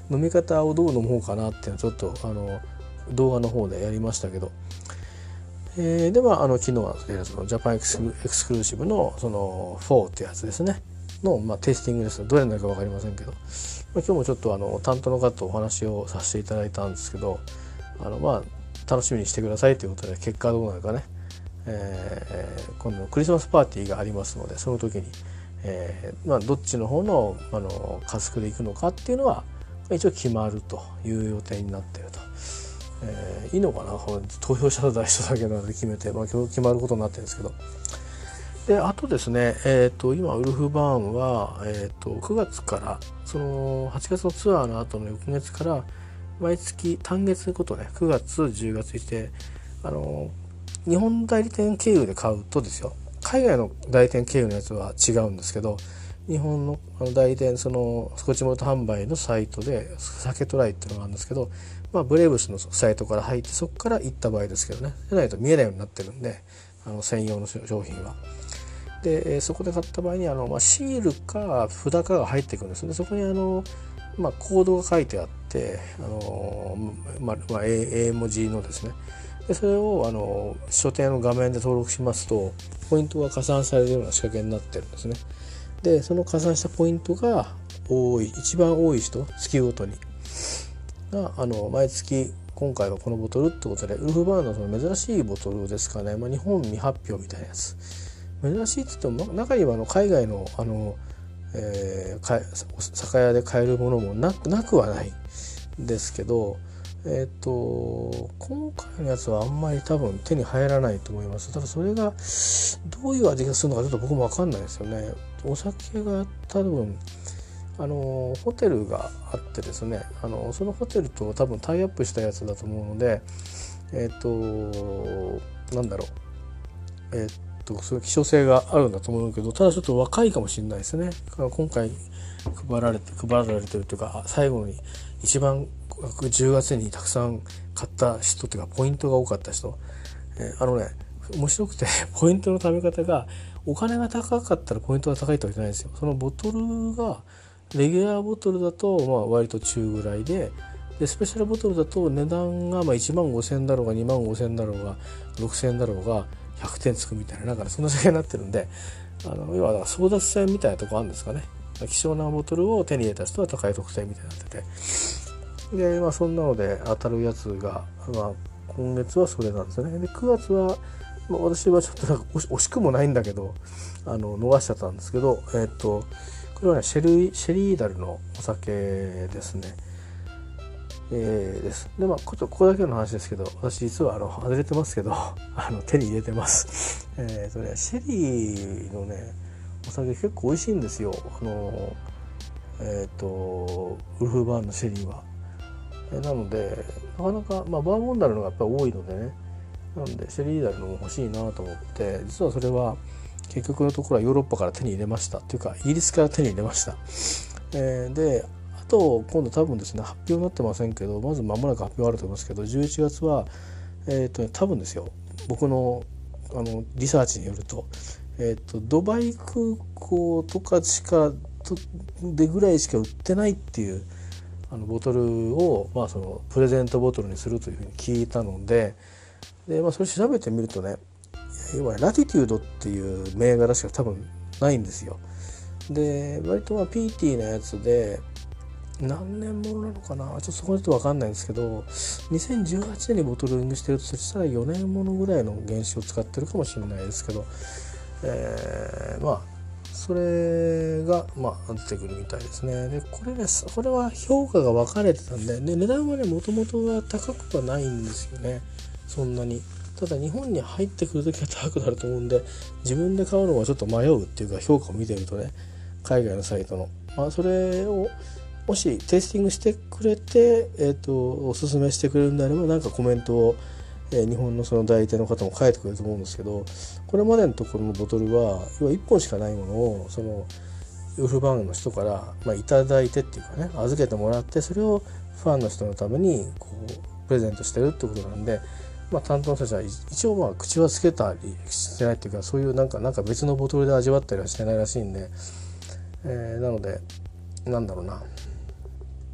飲み方をどう飲もうかなっていうのをちょっとあの動画の方でやりましたけど、えー、ではあの昨日はそのジャパンエクスクルーシブのそのフォーってやつですねの、まあ、テイスティングです。どれなのか分かりませんけど、まあ、今日もちょっとあの担当の方とお話をさせていただいたんですけど、あのまあ楽しみにしてくださいということで、結果どうなるかね、えー、今度クリスマスパーティーがありますので、その時に、えーまあ、どっちの方のあのカスクで行くのかっていうのは一応決まるという予定になっていると。えー、いいのかな、投票者の人だけなので決めて、まあ、今日決まることになってるんですけど、であとですね、えー、と今ウルフバーンは、えー、とくがつからそのはちがつのツアーの後の翌月から毎月単月ごとね、くがつじゅうがついて、あの日本代理店経由で買うとですよ、海外の代理店経由のやつは違うんですけど、日本の代理店そのスコッチモルト販売のサイトで酒トライっていうのがあるんですけど、まあ、ブレーブスのサイトから入ってそこから行った場合ですけどね、じゃないと見えないようになってるんで、あの専用の商品は。でそこで買った場合にあの、まあ、シールか札かが入ってくるんですね。そこにあの、まあ、コードが書いてあってあの、まあまあ、英文字のですね、でそれをあの書店の画面で登録しますとポイントが加算されるような仕掛けになってるんですね。でその加算したポイントが多い一番多い人、月ごとにがあの毎月今回はこのボトルってことで、ウルフバーンのその珍しいボトルですかね、まあ、日本未発表みたいなやつ、珍しいって言っても中にはあの海外のあの、えー、酒屋で買えるものもなくなくはないんですけど、えっと今回のやつはあんまり多分手に入らないと思います。ただそれがどういう味がするのかちょっと僕も分かんないですよね。お酒が多分あのホテルがあってですね、あのそのホテルと多分タイアップしたやつだと思うので、えっとなんだろう、えっとそういう希少性があるんだと思うけど、ただちょっと若いかもしれないですね。今回配られて配られてるというか、最後に一番じゅうがつにたくさん買った人っていうかポイントが多かった人、えー、あのね面白くてポイントの貯め方が、お金が高かったらポイントが高いとはいけないんですよ。そのボトルがレギュラーボトルだとまあ割と中ぐらいで、でスペシャルボトルだと値段がまあいちまんごせんだろうがにまんごせんだろうがろくせんだろうがひゃくてんつくみたいな、なんかそんな仕組みになってるんで、あの要はだから争奪戦みたいなとこあるんですかね。希少なボトルを手に入れた人は高い特典みたいになってて、でまあそんなので当たるやつが、まあ、今月はそれなんですよね。でくがつは、まあ、私はちょっとなんか惜しくもないんだけどあの逃しちゃったんですけど、えっとこれはねシェリー、シェリーダルのお酒ですね。えー、です。でまあここだけの話ですけど、私実はあの外れてますけどあの手に入れてます。えっとねシェリーのねお酒結構美味しいんですよ。あのえっとウルフバーンのシェリーは。えなのでなかなか、まあ、バーボンダルのがやっぱり多いのでね、なのでシェリーダルのも欲しいなと思って、実はそれは結局のところはヨーロッパから手に入れましたっていうか、イギリスから手に入れました。えー、であと今度多分ですね発表になってませんけど、まず間もなく発表あると思いますけど、じゅういちがつはえっと、ね、多分ですよ、僕のあのリサーチによると、えっとドバイ空港とかしかでぐらいしか売ってないっていうあのボトルを、まあ、そのプレゼントボトルにするというふうに聞いたので、で、まあ、それ調べてみるとね、要はラティテュードっていう銘柄しか多分ないんですよ。で割とまあ ピーティー なやつで何年ものなのかな、ちょっとそこはちょっと分かんないんですけど、にせんじゅうはちねんにボトルイングしてるとそしたらよねんものぐらいの原酒を使ってるかもしれないですけど、えー、まあそれがまあ出てくるみたいですね。でこれね、これは評価が分かれてたんで、で値段はねもともとは高くはないんですよね、そんなに。ただ日本に入ってくるときは高くなると思うんで、自分で買うのはちょっと迷うっていうか、評価を見てるとね、海外のサイトの、まあ、それをもしテイスティングしてくれて、えーと、おすすめしてくれるんであれば、なんかコメントを、えー、日本のその代理店の方も書いてくれると思うんですけど、これまでのところのボトルは要はいっぽんしかないものをそのウルフバーンの人から、まあ、いただいてっていうかね、預けてもらって、それをファンの人のためにこうプレゼントしてるってことなんで、まあ、担当の人たちは一応まあ口はつけたりしてないっていうか、そういうなんかなんか別のボトルで味わったりはしてないらしいんで、えー、なのでなんだろうな、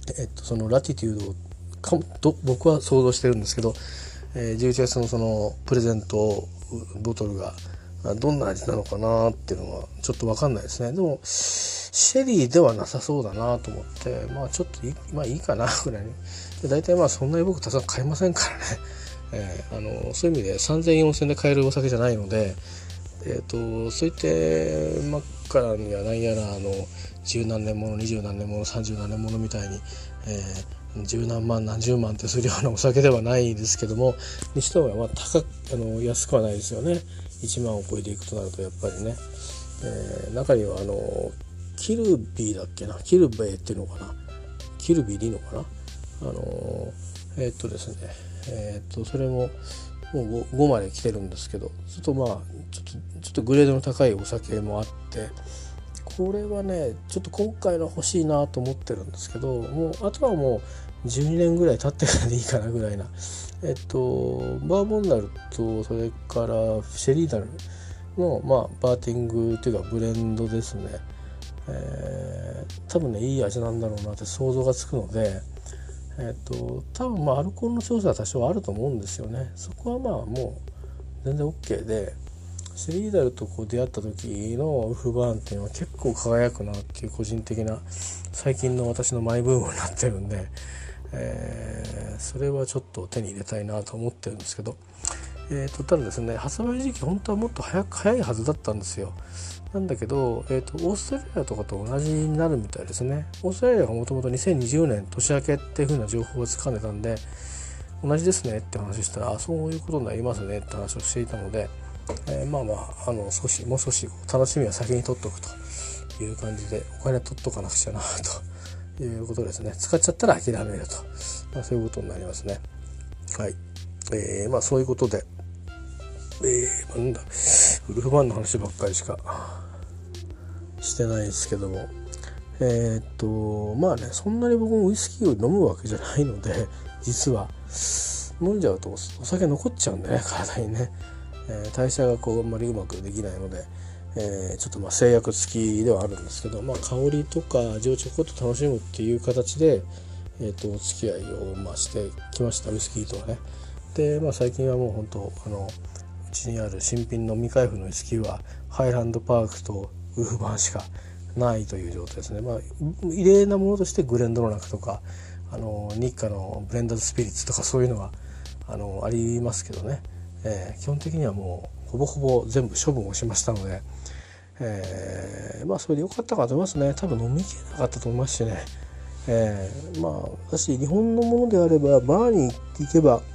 えっと、そのラティテュードかもと僕は想像してるんですけど、えー、じゅういちがつのそのプレゼントボトルがどんな味なのかなっていうのはちょっと分かんないですね。でもシェリーではなさそうだなと思って、まあちょっといい、まあいいかなぐらいに。大体まあそんなに僕たくさん買いませんからね、えー、あのそういう意味でさんぜんよんせんで買えるお酒じゃないので、えー、とそう言ってマッカランやなんやらあの十何年もの二十何年もの三十何年ものみたいに、えー、十何万何十万ってするようなお酒ではないですけども、にしてもまあ高くあの安くはないですよね。いちまんを超えていくとなるとやっぱりね、えー、中にはあのキルビーだっけな、キルベーっていうのかな、キルビーでいいのかな、あのえー、っとですねえー、っとそれももう ご, ごまで来てるんですけど、ちょっとまあちょっとちょっとグレードの高いお酒もあって、これはねちょっと今回の欲しいなと思ってるんですけど、もうあとはもうじゅうにねんぐらい経ってからでいいかなぐらいな、えっとバーボンダルとそれからシェリーダルの、まあ、バーティングというかブレンドですね、えー、多分ねいい味なんだろうなって想像がつくので、えっと多分まあアルコールの調査は多少あると思うんですよね。そこはまあもう全然 OK で、シェリーダルとこう出会った時のウフバーンっていうのは結構輝くなっていう個人的な最近の私のマイブームになってるんで、えー、それはちょっと手に入れたいなと思ってるんですけど、えー、とただですね発売時期本当はもっと早く早いはずだったんですよ。なんだけど、えー、とオーストラリアとかと同じになるみたいですね。オーストラリアがもともとにせんにじゅうねん年明けっていう風な情報をつかんでたんで、同じですねって話したら、あそういうことになりますねって話をしていたので、えー、まあまああの少しもう少し楽しみは先に取っておくという感じで、お金取っとかなくちゃなということですね。使っちゃったら諦めると、まあ、そういうことになりますね。はい、えー、まあそういうことで、えー、なんだウルフマンの話ばっかりしかしてないですけども、えー、っとまあねそんなに僕もウイスキーを飲むわけじゃないので、実は飲んじゃうとお酒残っちゃうんでね、体にね、えー、代謝がこうあんまりうまくできないので、えー、ちょっとまあ制約付きではあるんですけど、まあ、香りとか味をちょこっと楽しむっていう形で、えー、とお付き合いをまあしてきました、ウイスキーとはね。で、まあ、最近はもう本当あのうちにある新品の未開封のウイスキーはハイランドパークとウーバーしかないという状態ですね。まあ、異例なものとしてグレンドロナクとかあの日課のブレンダーズスピリッツとかそういうのがあのありますけどね、えー、基本的にはもうほぼほぼ全部処分をしましたので、えー、まあそれで良かったかと思いますね。多分飲みきれなかったと思いますしね、えー、まあ私日本のものであればバーに行けば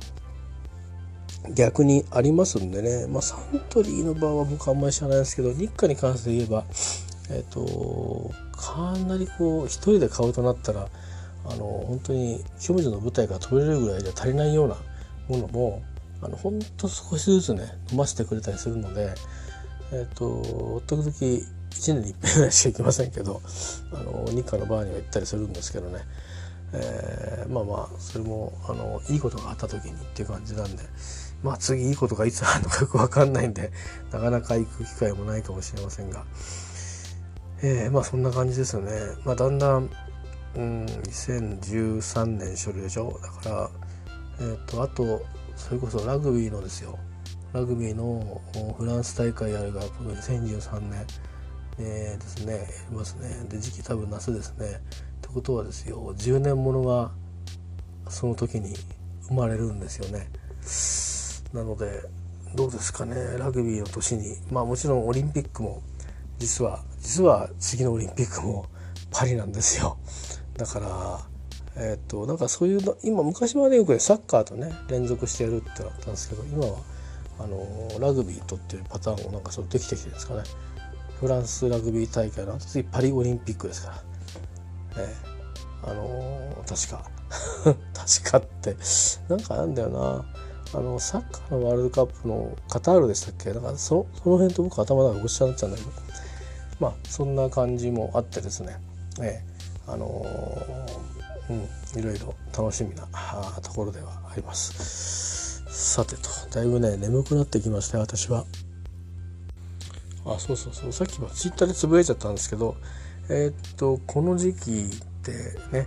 逆にありますんでね、まあ、サントリーの場合は僕はあんまり知らないですけど、日課に関して言えば、えっと、かなりこう一人で買うとなったらあの本当に表情の舞台が取れるぐらいじゃ足りないようなものもあの本当少しずつね飲ませてくれたりするので、えっと時々いちねんにいっぺんぐらいしか行きませんけど、あの日課のバーには行ったりするんですけどね、えー、まあまあそれもあのいいことがあった時にっていう感じなんで、まあ次いいことがいつあるのかよく分かんないんでなかなか行く機会もないかもしれませんが、えー、まあそんな感じですよね。まあだんだん、うん、にせんじゅうさんねん初流でしょ。だから、えー、とあとそれこそラグビーのですよ、ラグビーのフランス大会あるがにせんじゅうさんねん、えー、ですねやりますね。で時期多分夏ですね。ってことはですよ、じゅうねんものがその時に生まれるんですよね。なのでどうですかね、ラグビーの年に、まあもちろんオリンピックも実は実は次のオリンピックもパリなんですよ。だからえっとなんかそういうの今昔はねよくサッカーとね連続してやるってなったんですけど、今はあのラグビーとっていうパターンもなんかそうできてきてるんですかね。フランスラグビー大会の後次パリオリンピックですから、えー、あのー、確か確かってなんかなんだよな、あのサッカーのワールドカップのカタールでしたっけ、だからそその辺と僕頭の中ごっちゃになっちゃうんだけど、まあそんな感じもあってですね、えー、あのー、うんいろいろ楽しみなところではあります。さてと、だいぶね眠くなってきましたよ私は。あそうそうそう、さっきもツイッターでつぶやいちゃったんですけど、えー、っとこの時期ってね、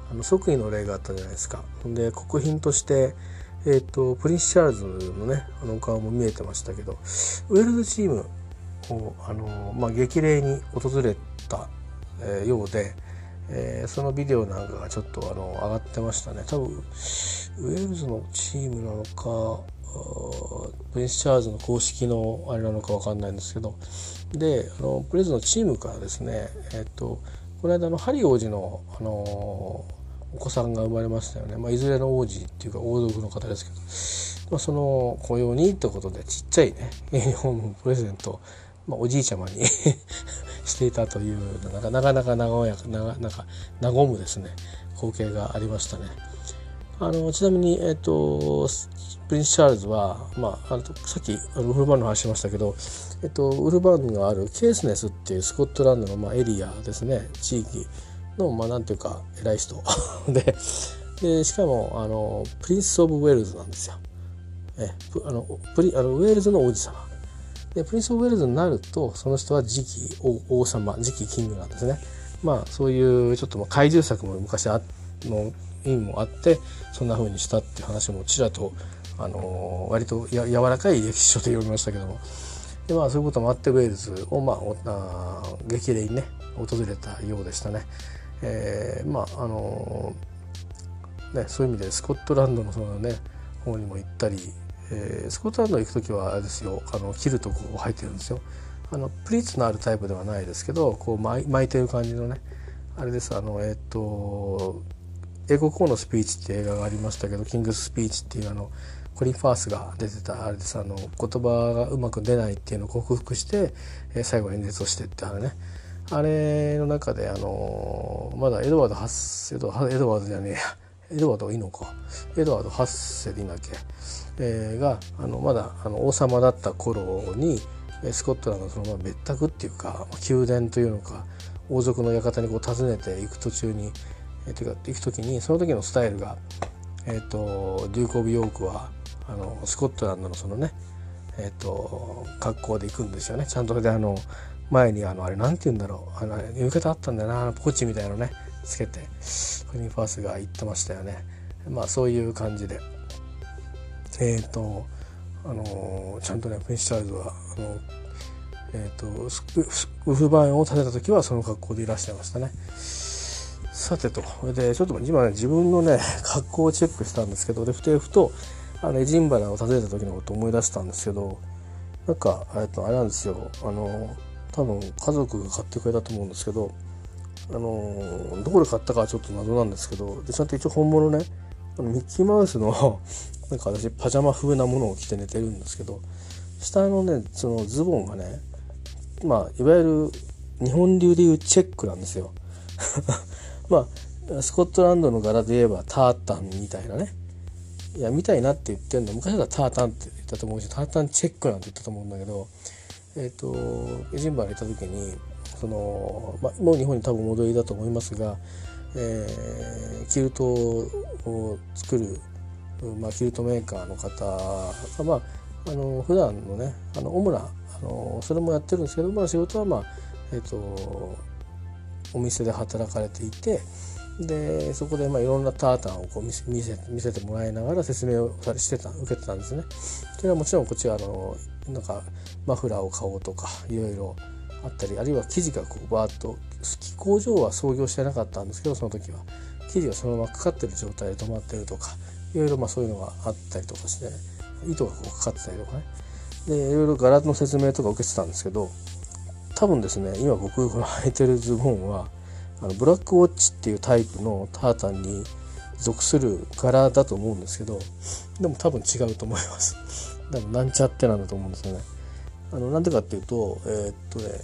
あの即位の例があったじゃないですか。で国賓として、えー、とプリンス・チャールズのねあの顔も見えてましたけど、ウェールズチームをあの、まあ、激励に訪れた、えー、ようで、えー、そのビデオなんかがちょっとあの上がってましたね。多分ウェールズのチームなのかプリンス・チャールズの公式のあれなのか分かんないんですけど、であのプリンスのチームからですね、えっとこの間のハリー王子の、あのお子さんが生まれましたよね。まあ、いずれの王子っていうか王族の方ですけど、まあ、その雇用にってことでちっちゃいねユニフォームプレゼント、まあ、おじいちゃまにしていたというなかなかなか和やかななんか和むですね光景がありましたね。あのちなみに、えー、とプリンス・チャールズは、まあ、あのさっきウルフバーンの話しましたけど、えー、とウルフバーンがあるケースネスっていうスコットランドの、まあ、エリアですね、地域の、まあ、なんていうか偉い人で, でしかもあのプリンス・オブ・ウェールズなんですよ。えあのプリあのウェールズの王子様で、プリンス・オブ・ウェールズになるとその人は次期 王, 王様次期キングなんですね。まあそういうちょっと怪獣作も昔あの意味もあってそんな風にしたっていう話もちらと、あのー、割とや柔らかい歴史書で読みましたけども、で、まあ、そういうこともあってウェールズを、まあ、あ激励にね訪れたようでしたね。えー、まああのー、ねそういう意味でスコットランドのそのね方にも行ったり、えー、スコットランド行く時はあれですよ、あのキルトこう入ってるんですよ。あのプリーツのあるタイプではないですけどこう巻い、巻いてる感じのねあれです。あのえっ、ー、と英国王のスピーチって映画がありましたけど、キングススピーチっていうあのコリン・ファースが出てたあれです。あの言葉がうまく出ないっていうのを克服して、えー、最後演説をしてってあれね、あれの中であのまだエドワードはっせエドワードじゃねえやエドワードいいのかエドワードはっせでいいんだっけ、えー、があのまだあの王様だった頃にスコットランドのそのまま別宅っていうか宮殿というのか王族の館にこう訪ねていく途中にえー、というか行く時にその時のスタイルが、えー、とデューク・オブ・ヨークはあのスコットランドのそのね、えー、と格好で行くんですよね。ちゃんとであの前にあのあれなんて言うんだろうあの言い方あったんだよな、ポーチみたいなのねつけてコニー・ファースが言ってましたよね。まあそういう感じでえっ、ー、とあのちゃんとねプリンス・チャールズはあのえっ、ー、とウフバーンを建てた時はその格好でいらっしゃいましたね。さてと、それでちょっと今ね自分のね格好をチェックしたんですけど、でふとふとあのエジンバラを訪ねた時のことを思い出したんですけど、なんかえっとあれなんですよ、あの多分家族が買ってくれたと思うんですけど、あのどこで買ったかはちょっと謎なんですけど、でちゃんと一応本物ねあのミッキーマウスのなんか私パジャマ風なものを着て寝てるんですけど、下のねそのズボンがね、まあいわゆる日本流でいうチェックなんですよ。まあスコットランドの柄で言えばタータンみたいなね、いやみたいなって言ってんの昔だったらタータンって言ったと思うし、タータンチェックなんて言ったと思うんだけど、えっ、ー、とエジンバラに行った時にその、まあ、もう日本に多分戻りだと思いますが、えー、キルトを作る、まあ、キルトメーカーの方が、まあ、あの普段のねあの主なあのそれもやってるんですけど、まあ、仕事はまあえっ、ー、とお店で働かれていて、でそこでまあいろんなタータンをこう見せ見せ見せてもらいながら説明をしてた受けてたんですね。それはもちろんこっちはあのなんかマフラーを買おうとかいろいろあったり、あるいは生地がこうバーッと工場は創業してなかったんですけど、その時は生地がそのままかかってる状態で止まってるとかいろいろまあそういうのがあったりとかして、糸がこうかかってたりとかね、でいろいろ柄の説明とか受けてたんですけど、多分ですね今僕この履いてるズボンはあのブラックウォッチっていうタイプのタータンに属する柄だと思うんですけど、でも多分違うと思います。多分なんちゃってなんだと思うんですよね。あのなんでかっていうとえー、っとね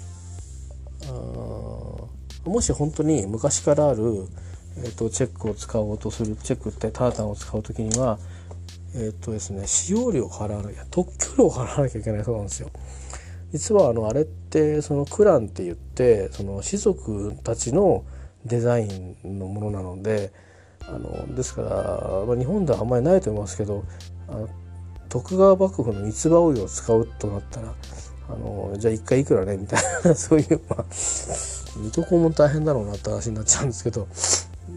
あもし本当に昔からある、えー、っとチェックを使おうとするチェックってタータンを使うときにはえー、っとですね使用料を払わなきゃ特許料を払わなきゃいけないそうなんですよ。実はあのあれってそのクランって言ってその士族たちのデザインのものなので、あのですから、まあ、日本ではあんまりないと思いますけど、あの徳川幕府の三つ葉オイルを使うとなったらあのじゃあ一回いくらねみたいなそういうまあ水戸黄門大変だろうなって話になっちゃうんですけど、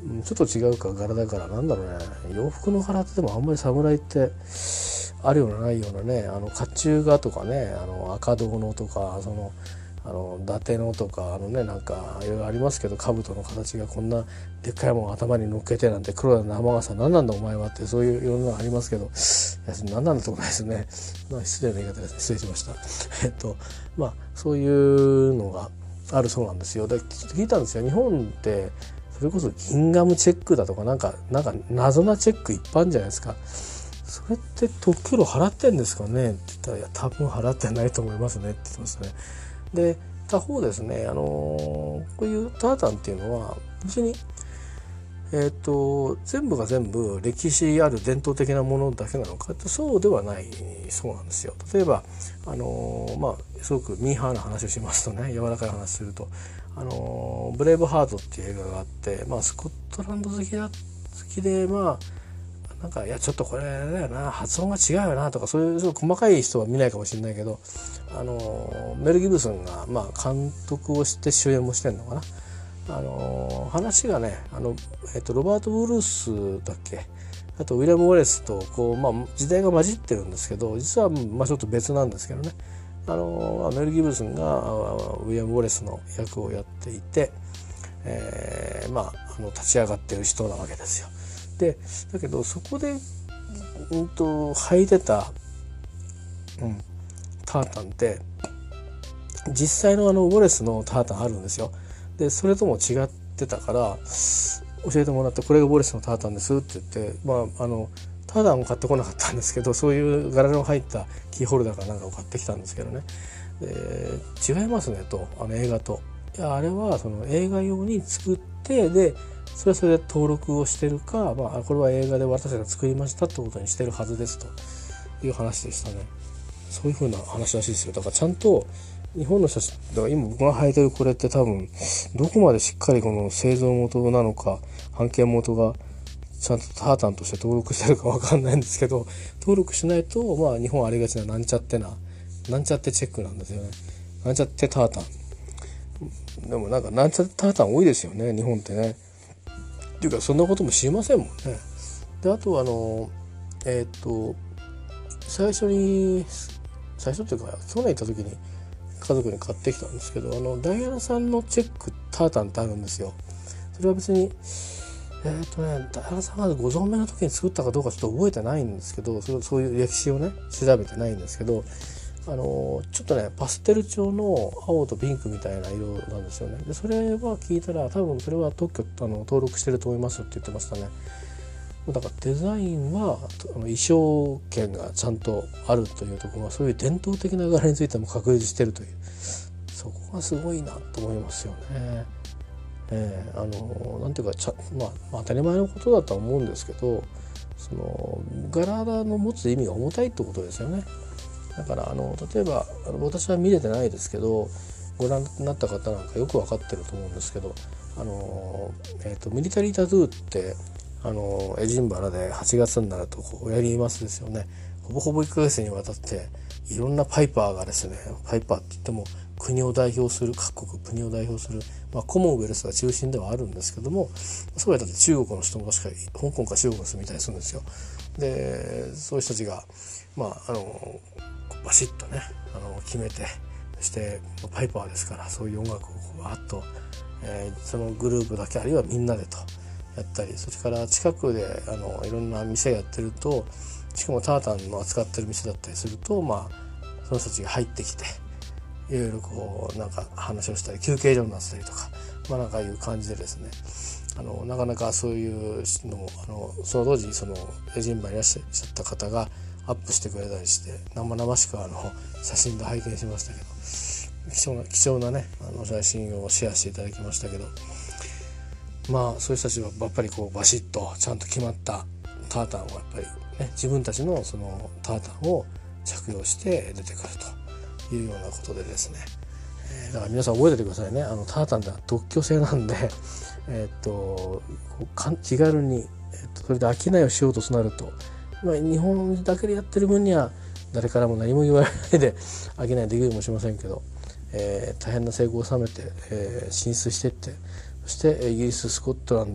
ちょっと違うか柄だから、なんだろうね、洋服の柄ってでもあんまり侍ってあるようなないようなね、あの甲冑画とかね、あの赤胴のとか、そのあの伊達のとか、あのね、なんかいろいろありますけど、兜の形がこんなでっかいもん頭に乗っけてなんて、黒田の雨傘何なんだお前はって、そういういろんなのありますけど、いや何なんだともないですね。まあ、失礼な言い方ですね。失礼しました。えっとまあそういうのがあるそうなんですよ。でちょっと聞いたんですよ。日本ってそれこそギンガムチェックだとか、なんかなんか謎なチェックいっぱいあるんじゃないですか。それって特許料払ってんですかねって言ったら、いや多分払ってないと思いますねって言ってましたね。で他方ですね、あのー、こういうタータンっていうのは別に、えー、と全部が全部歴史ある伝統的なものだけなのかってそうではないそうなんですよ。例えば、あのー、まあすごくミーハーな話をしますとね、柔らかい話すると、あのー、ブレイブハートっていう映画があって、まあ、スコットランド好きだ好きで、まあなんかいやちょっとこれだよな、発音が違うよなとか、そういうすごい細かい人は見ないかもしれないけど、あのメル・ギブソンがまあ監督をして主演もしてんのかな。あの話がね、あの、えっと、ロバート・ブルースだっけ、あとウィリアム・ウォレスとこう、まあ、時代が混じってるんですけど、実はまあちょっと別なんですけどね、あのメル・ギブソンがウィリアム・ウォレスの役をやっていて、えー、まああの立ち上がってる人なわけですよ。でだけどそこで、うんと履いてた、うん、タータンって実際のあのウォレスのタータンあるんですよ。でそれとも違ってたから教えてもらって、これがウォレスのタータンですって言って、まああのタータンを買ってこなかったんですけど、そういう柄の入ったキーホルダーかなんかを買ってきたんですけどね、で違いますねと、あの映画と。いやあれはその映画用に作って、でそれはそれで登録をしてるか、まあ、これは映画で私が作りましたってことにしてるはずですという話でしたね。そういう風な話らしいですよ。だからちゃんと日本の写真だから、今僕が履いてるこれって多分どこまでしっかりこの製造元なのか版権元がちゃんとタータンとして登録してるか分かんないんですけど、登録しないと、まあ日本ありがちななんちゃってななんちゃってチェックなんですよね。なんちゃってタータン。でもなんかなんちゃってタータン多いですよね、日本ってね。っていうかそんなことも知りませんもんね。であとあのえっと最初に最初っていうか去年行った時に家族に買ってきたんですけど、あのダイアナさんのチェックタータンってあるんですよ。それは別にえーとね、ダイアナさんがご存命の時に作ったかどうかちょっと覚えてないんですけど、そそういう歴史をね調べてないんですけど、あのちょっとねパステル調の青とピンクみたいな色なんですよね。でそれは聞いたら多分それは特許あの登録してると思いますって言ってましたね。だからデザインはあの衣装権がちゃんとあるというところは、そういう伝統的な柄についても確立してるという、そこがすごいなと思いますよね。えー、あのなんていうかちゃ、まあ、まあ当たり前のことだとは思うんですけど、その柄の持つ意味が重たいってことですよね。だからあの例えばあの私は見れてないですけど、ご覧になった方なんかよく分かってると思うんですけど、あの、えーと、ミリタリータトゥーってあのエジンバラではちがつになるとこうやりますですよね。ほぼほぼいっかげつにわたっていろんなパイパーがですね、パイパーって言っても国を代表する各国国を代表する、まあ、コモンウェルスが中心ではあるんですけども、そうやったって中国の人も確か香港か中国が住みたりするんですよ。でそういう人たちがまああのバシッとねあの決めて、そしてパイパーですからそういう音楽をわっと、えー、そのグループだけあるいはみんなでとやったり、それから近くであのいろんな店やってると、しかもタータンの扱ってる店だったりすると、まあその人たちが入ってきていろいろこうなんか話をしたり休憩所になったりとか、まあなんかいう感じでですね、あのなかなかそういうのもあのその当時そのエジンバにいらっしゃった方がアップしてくれたりして、生々しくあの写真で拝見しましたけど、貴重な貴重なねあの写真をシェアしていただきましたけど、まあそういう人たちはやっぱりこうバシッとちゃんと決まったタータンをやっぱりね、自分たちのそのタータンを着用して出てくるというようなことでですね、えー、だから皆さん覚えておいてくださいね。あのタータンでは特許制なんで、えー、っと気軽に、えー、っとそれで商いをしようとなると、まあ、日本だけでやってる分には誰からも何も言われないで商いできるかもしれませんけど、えー、大変な成功を収めて、えー、進出していって、そしてイギリス、スコットランド、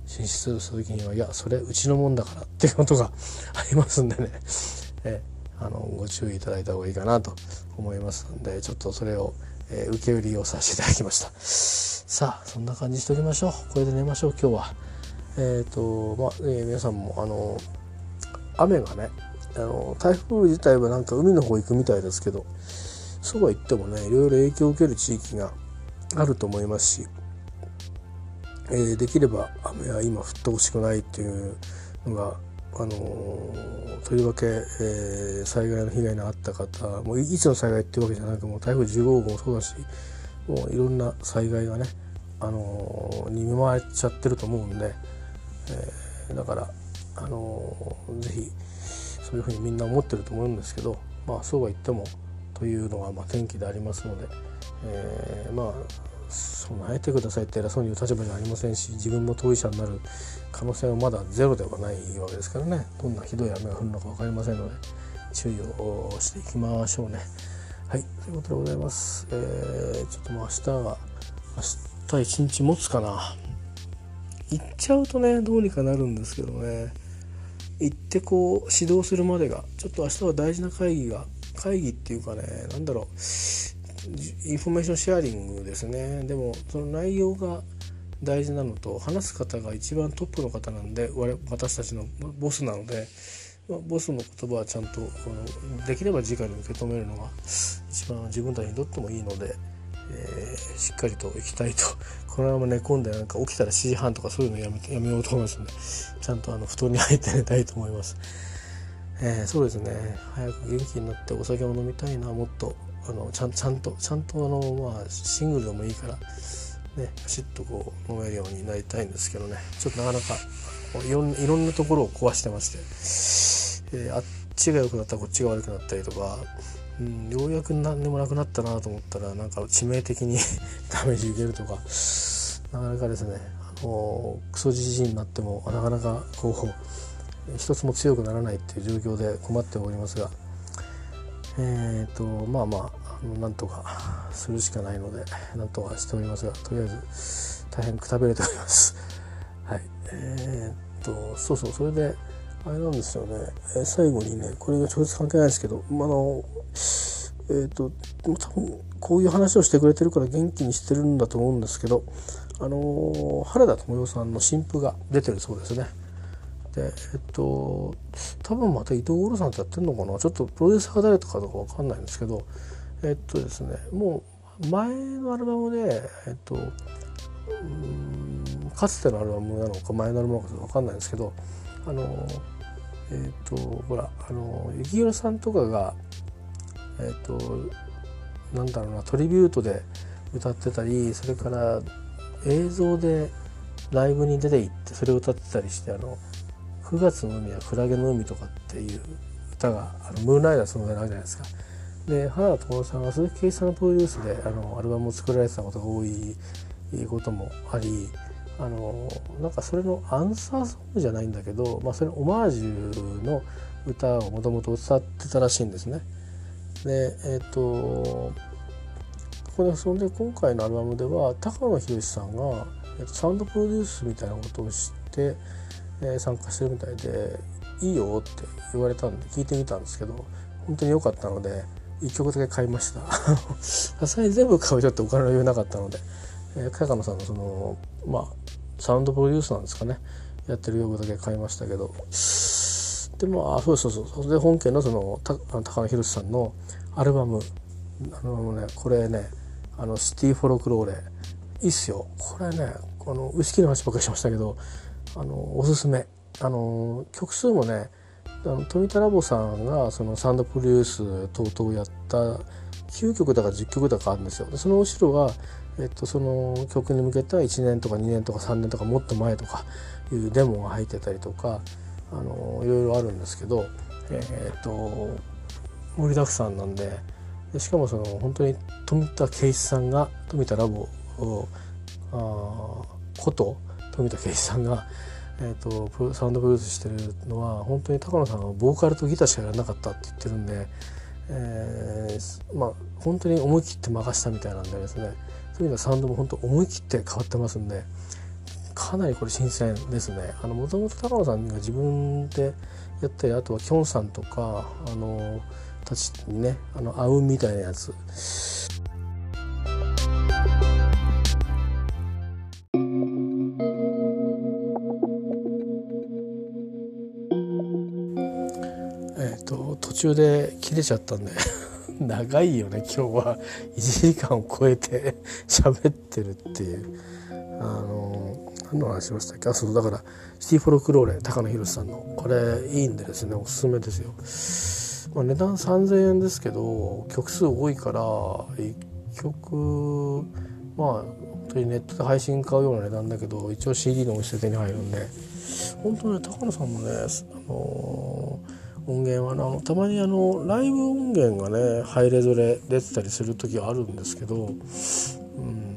進出する時にはいやそれうちのもんだからっていうことがありますんでね、えあのご注意いただいた方がいいかなと思いますんで、ちょっとそれを、えー、受け売りをさせていただきました。さあそんな感じにしておきましょう。これで寝ましょう今日は。えっ、ー、とまあ、えー、皆さんもあの雨がね、あの台風自体はなんか海の方行くみたいですけど、そうは言ってもねいろいろ影響を受ける地域があると思いますし、えー、できれば雨は今降ってほしくないっていうのが、あのー、とりわけ、えー、災害の被害のあった方もういつの災害っていうわけじゃなく、もう台風じゅうごごうもそうだし、もういろんな災害がね、あのー、に見舞われちゃってると思うんで、えー、だから、あのー、ぜひそういうふうにみんな思ってると思うんですけど、まあそうは言ってもというのはまあ天気でありますので、えー、まあ備えてくださいって偉そうに言う立場じゃありませんし、自分も当事者になる可能性はまだゼロではないわけですからね、どんなひどい雨が降るのか分かりませんので注意をしていきましょうね。はい、ということでございます。えー、ちょっともう明日が明日一日持つかな。行っちゃうとねどうにかなるんですけどね、行ってこう指導するまでがちょっと明日は大事な会議が会議っていうかね、なんだろう、インフォメーションシェアリングですね。でもその内容が大事なのと、話す方が一番トップの方なんで、私たちのボスなので、ボスの言葉はちゃんとできれば直に受け止めるのが一番自分たちにとってもいいので、えー、しっかりと行きたいと。このまま寝込んでなんか起きたらしちじはんとかそういうのやめやめようと思いますので、ちゃんとあの布団に入って寝たいと思います。えー、そうですね、早く元気になってお酒を飲みたいな。もっとあのちゃんちゃんとちゃんとあの、まあ、シングルでもいいからね、パシッとこう飲めるようになりたいんですけどね、ちょっとなかなかいろんいろんなところを壊してまして、えー、あっちが良くなったらこっちが悪くなったりとか、うん、ようやく何でもなくなったなと思ったらなんか致命的にダメージ受けるとか、なかなかですね、あのクソじじいになってもなかなかこう一つも強くならないっていう状況で困っておりますが、えーとまあまあ、あのなんとかするしかないのでなんとかしておりますが、とりあえず大変くたびれております。はい、えーとそうそう、それであれなんですよね、えー、最後にね、これが直接関係ないですけど、あのえーと多分こういう話をしてくれてるから元気にしてるんだと思うんですけど、あの原田知世さんの新譜が出てるそうですね。でえっと多分また伊藤五郎さんとやってるのかな、ちょっとプロデューサーが誰とかとか分かんないんですけど、えっとですねもう前のアルバムでえっとうんかつてのアルバムなのか前のアルバムなのか分かんないんですけど、あのえっとほらあの幸宏さんとかがえっとなんだろうな、トリビュートで歌ってたり、それから映像でライブに出て行ってそれを歌ってたりして、あのくがつの海はクラゲの海とかっていう歌があのムーンライダーそのぐらいあるじゃないですか。で原田知世さんは鈴木圭一さんのプロデュースであのアルバムを作られてたことが多いこともあり、あのなんかそれのアンサーソングじゃないんだけど、まあ、それのオマージュの歌をもともと歌ってたらしいんですね。でえっ、ー、とこれそんで今回のアルバムでは高野宏さんが、えー、とサウンドプロデュースみたいなことをして、えー、参加してるみたいで、いいよって言われたんで聞いてみたんですけど、本当に良かったのでいっきょくだけ買いました。さすがに全部買うちょっとお金の余裕なかったので、えー、高野さんのそのまあサウンドプロデュースなんですかね、やってる曲だけ買いましたけど、でもあそうそうそうそうで本家のその高野宏さんのアルバムあのねこれねあのシティフォロクローレいいっすよ。これねあのウイスキーの話ばっかりしましたけど、あのおすすめ。あの曲数もねあの富田ラボさんがそのサウンドプロデュース等々やったきゅうきょくだかじゅっきょくだかあるんですよ。でその後ろは、えっと、その曲に向けたいちねんとかにねんとかさんねんとかもっと前とかいうデモが入ってたりとか、あのいろいろあるんですけど、えっと盛りだくさんなんで、でしかもその本当に富田圭一さんが富田ラボをあこと富田圭一さんが、えー、とサウンドプロデュースしてるのは本当に高野さんはボーカルとギターしかやらなかったって言ってるんで、えー、まあ本当に思い切って任せたみたいなんでですね、そういうのサウンドも本当思い切って変わってますんで、 かなりこれ新鮮ですね。あのもともと高野さんが自分でやったり、あとはきょんさんとかあのたちにね、あのあうんみたいなやつ、えっと途中で切れちゃったんで長いよね今日はいちじかんを超えて喋ってるっていう、あの何の話しましたっけ。あ、そうだからシティフォロクローレ高野博さんのこれいいんでですね、おすすめですよ。まあ、値段さんぜんえんですけど曲数多いからいっきょくまあ本当にネットで配信買うような値段だけど、一応 シーディー の音質で手に入るんで、本当ね高野さんもね、あの音源はな、たまにあのライブ音源がねハイレゾで出てたりする時はあるんですけど、うん、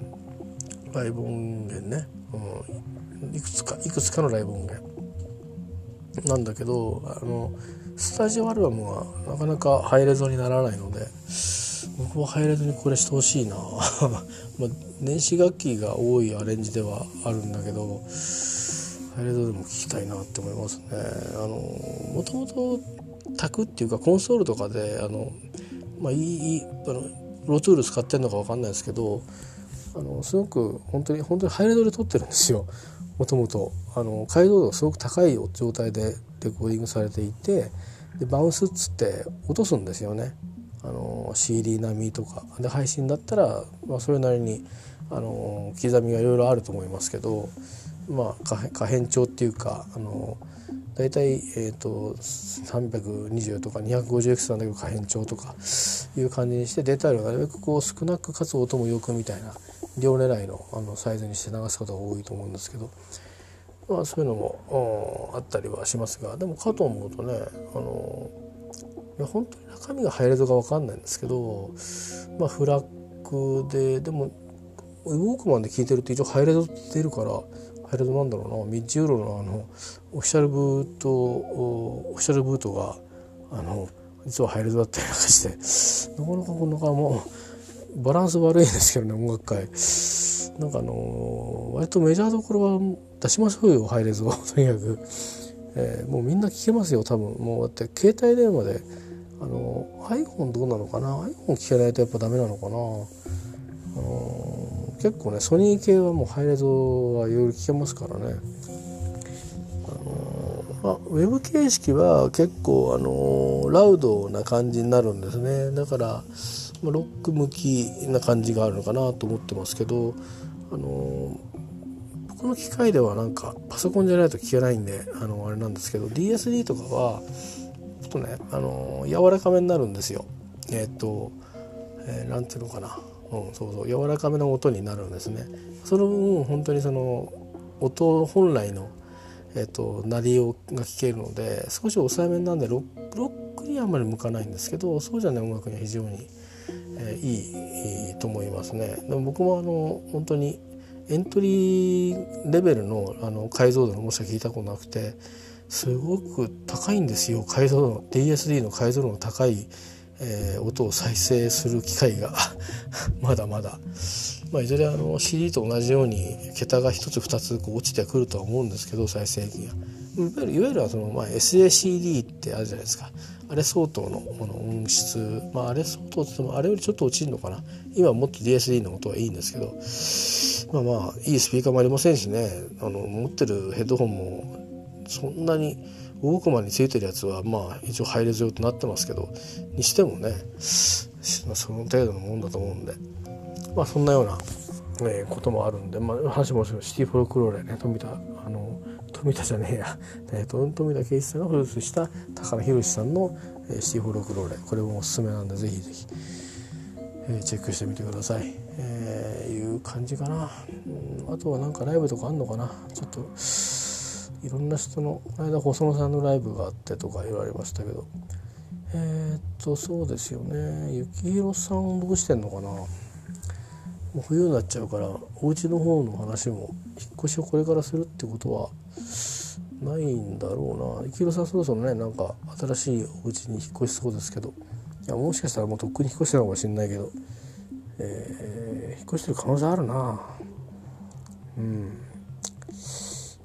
ライブ音源ね、うん、いくつかいくつかのライブ音源なんだけど、あのスタジオアルバムはなかなかハイレゾにならないので、僕はハイレゾにこれしてほしいなまあ電子楽器が多いアレンジではあるんだけど、ハイレゾでも聴きたいなって思いますね。あのもともと卓っていうかコンソールとかであの、まあ、いいいいあのロトゥール使ってるのか分かんないですけど、あのすごく本当に本当にハイレゾで撮ってるんですよ。もともとあの解像度がすごく高い状態でレコーディングされていて、でバウンスっつって落とすんですよね。あの シーディー 並みとかで配信だったら、まあ、それなりにあの刻みがいろいろあると思いますけど、まあ可変調っていうか、あのだいたい、えー、とさんびゃくにじゅうとかにひゃくごじゅうエックスなんだけど可変調とかいう感じにして、データ量がなるべくこう少なくかつ音もよくみたいな両狙い の, あのサイズにして流すことが多いと思うんですけど、まあ、そういうのもあったりはしますが、でもかと思うとね、あのいや本当に中身がハイレゾか分かんないんですけど、まあ、フラッグででもウォークマンで聴いてると一応ハイレゾって出るから、ハイレゾなんだろうな、ミッジウーロのあのオフィシャルブートオフィシャルブートがあの実はハイレゾだったりなんかして、なかなかこんなかもうバランス悪いんですけどね、音楽界なんかあの割とメジャーどころは出しましょうよハイレゾをとにかく、えー、もうみんな聞けますよ多分。もうだって携帯電話であの iPhone どうなのかな、 iPhone 聞けないとやっぱダメなのかな。あの結構ねソニー系はもうハイレゾはいろいろ聞けますからね。あの、まあ、ウェブ形式は結構あのラウドな感じになるんですね。だからロック向きな感じがあるのかなと思ってますけど、あの僕の機械ではなんかパソコンじゃないと聞けないんで、あのあれなんですけど ディーエスディー とかはちょっとね、あの柔らかめになるんですよ。えっと、えー、なんていうのかな、うん、そうそう柔らかめの音になるんですね。その分本当にその音本来の、えー、と鳴りをが聞けるので、少し抑えめなんでロック、ロックにはあんまり向かないんですけど、そうじゃない音楽には非常に、えー、いい、いいと思いますね。でも僕もあの本当にエントリーレベル の, あの解像度のもしか聞いたことなくて、すごく高いんですよ解像度の ディーエスディー の解像度の高い、えー、音を再生する機会がまだまだ、まあ、いずれあの シーディー と同じように桁がひとつふたつこう落ちてくるとは思うんですけど、再生機がいわゆるいわゆるその、まあ、エスエーシーディー ってあるじゃないですか。あれ相当のこの音質、まあ、あれ相当って言ってもあれよりちょっと落ちるのかな。今もっと ディーエスディー の音はいいんですけど、まあまあいいスピーカーもありませんしね、あの持ってるヘッドホンもそんなにウォークマンについてるやつはまあ一応ハイレゾ用となってますけど、にしてもねその程度のもんだと思うんで、まあそんなような、えー、こともあるんで、まあ話もしシティフォロクローレね、富田あの富田じゃねえや、えー、と富田圭一さんがプロデュースした高野博さんの、えー、シティフォロクローレ、これもおすすめなんでぜひぜひ、えー、チェックしてみてください。えー、いう感じかな。うん、あとはなんかライブとかあんのかな。ちょっといろんな人の、この間細野さんのライブがあってとかいろいろありましたけど、えー、っとそうですよね、幸宏さんどうしてんのかな。もう冬になっちゃうからお家の方の話も引っ越しをこれからするってことはないんだろうな。幸宏さんそろそろねなんか新しいお家に引っ越しそうですけど、いやもしかしたらもうとっくに引っ越してるのかもしれないけど、えー、引っ越してる可能性あるな。うん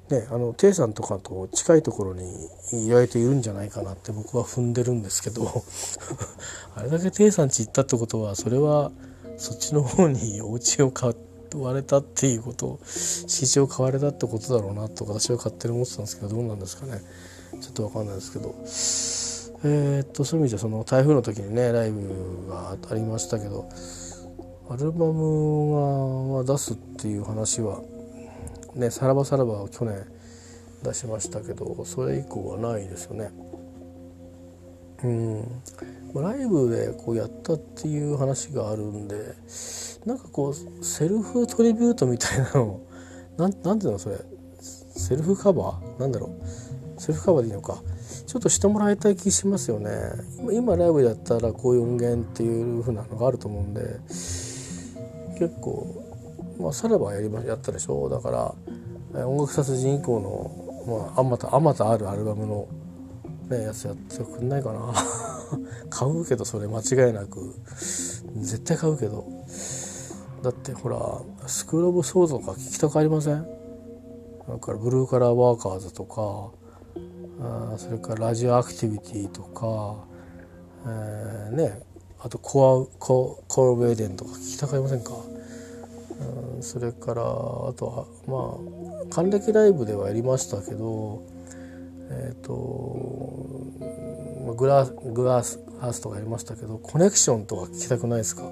ね、あのテイさんとかと近いところに意外といるんじゃないかなって僕は踏んでるんですけどあれだけテイさん家行ったってことはそれはそっちの方にお家を買われたっていうこと敷地を買われたってことだろうなと私は勝手に思ってたんですけど、どうなんですかね、ちょっと分かんないですけど、えー、っとそういう意味でその台風の時にねライブがありましたけど、アルバムが出すっていう話はね、さらばさらばは去年出しましたけど、それ以降はないですよね。うん、ライブでこうやったっていう話があるんで、なんかこうセルフトリビュートみたいなのなんなんていうのそれ、セルフカバーなんだろう、セルフカバーでいいのか、ちょっとしてもらいたい気しますよね。今, 今ライブやったらこういう音源っていう風なのがあると思うんで、結構まあさらばやりまやったでしょ。だから音楽殺人以降の、まあ、あまたあまたあるアルバムの、ね、やつやってくんないかな買うけどそれ間違いなく絶対買うけど、だってほらスクール・オブ・ソードとか聞きたくありません？だからブルーカラー・ワーカーズとか、あそれからラジオアクティビティとか、えー、ね、あとコアココール・ウェイデンとか聞きたくありませんか？うん、それからあとはまあ還暦ライブではやりましたけど、えっ、ー、とグラグラスハースとかやりましたけど、コネクションとか聞きたくないですかね、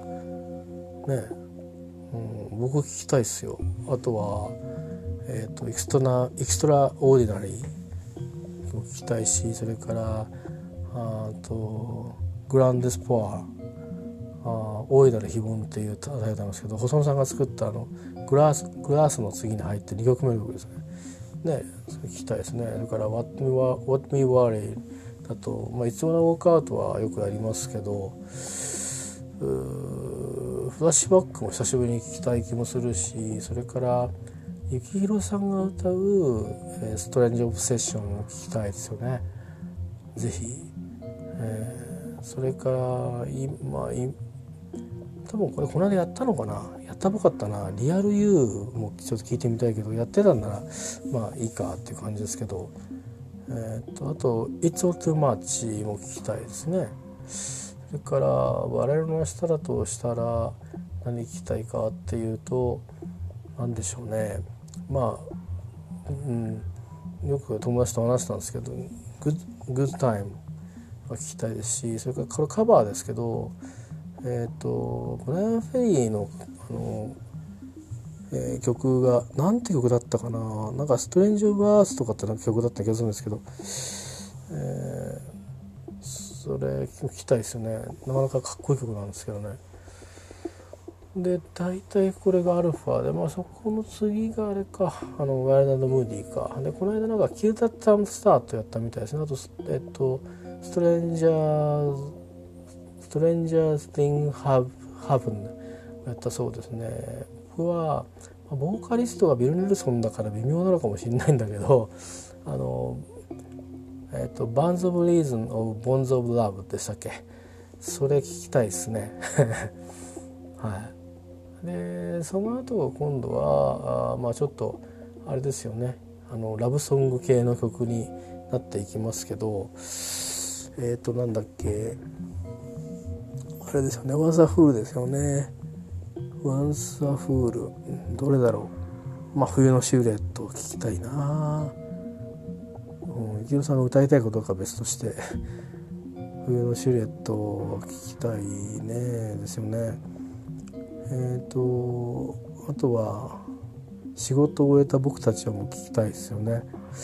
うん、僕聞きたいっすよ。あとはえっ、ー、とエクストラエクストラオーディナリーも聞きたいし、それからあとグランデスポア大いなる非凡っていうタイトルなんですけど、細野さんが作ったあのグラスグラスの次に入ってにきょくめの曲ですね。ね、それ聞きたいですね。それから What Me, What Me Worry だと、まあ、いつものウォークアウトはよくやりますけど、フラッシュバックも久しぶりに聞きたい気もするし、それから幸宏さんが歌うストレンジオブセッションも聞きたいですよね。ぜひ、えー、それから今、多分これこの間やったのかな、やったっぽかったな、リアル ユー もちょっと聞いてみたいけど、やってたんならまあいいかっていう感じですけど、えー、とあと It's All Too Much も聞きたいですね。それから我々の明日だとしたら何聞きたいかっていうと、何でしょうね、まあ、うん、よく友達と話したんですけど Good, Good Time が聞きたいですし、それからこれカバーですけど、えー、とブライアン・フェリー の, あの、えー、曲がなんて曲だったかな、なんかストレンジ・オブ・アースとかってなんか曲だった気がするんですけど、えー、それ聞きたいですよね。なかなかかっこいい曲なんですけどね。で大体これがアルファで、まあそこの次があれか、あのワイルド&ムーディーかで、この間なんかキルタッタムスタートやったみたいですね。あとえっとストレンジャーストレンジャーズ・ティング・ハブンやったそうですね。僕はボーカリストがビル・ネルソンだから微妙なのかもしれないんだけど、あのえっとバンズ・オブ・リーズン・オブ・ボンズ・オブ・ラブでしたっけ、それ聞きたいですねはい。でその後今度はあまあちょっとあれですよね、あのラブソング系の曲になっていきますけど、えっとなんだっけ、あれですよね、ワンサフールですよね。ワンサフールどれだろう、まあ冬のシルエットを聞きたいな。うん、池野さんが歌いたいことか別として冬のシルエットを聞きたいねですよね。えーとあとは仕事を終えた僕たちはもう聞きたいですよね。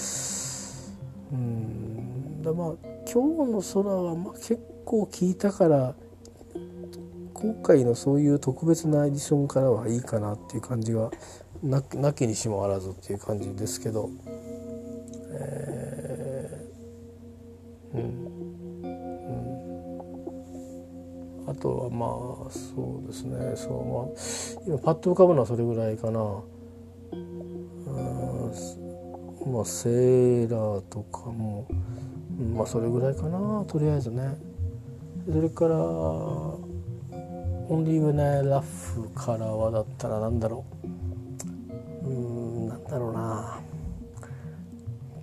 うんだまあ今日の空はまあ結構聞いたから、今回のそういう特別なエディションからはいいかなっていう感じが な, なきにしもあらずっていう感じですけど、えーうんうん、あとはまあそうですね、そう、まあ、今パッと浮かぶのはそれぐらいかな。まあセーラーとかも、まあそれぐらいかなとりあえずね。それからOnly When I Laughからはだったらなんだろう、うーんなんだろうな、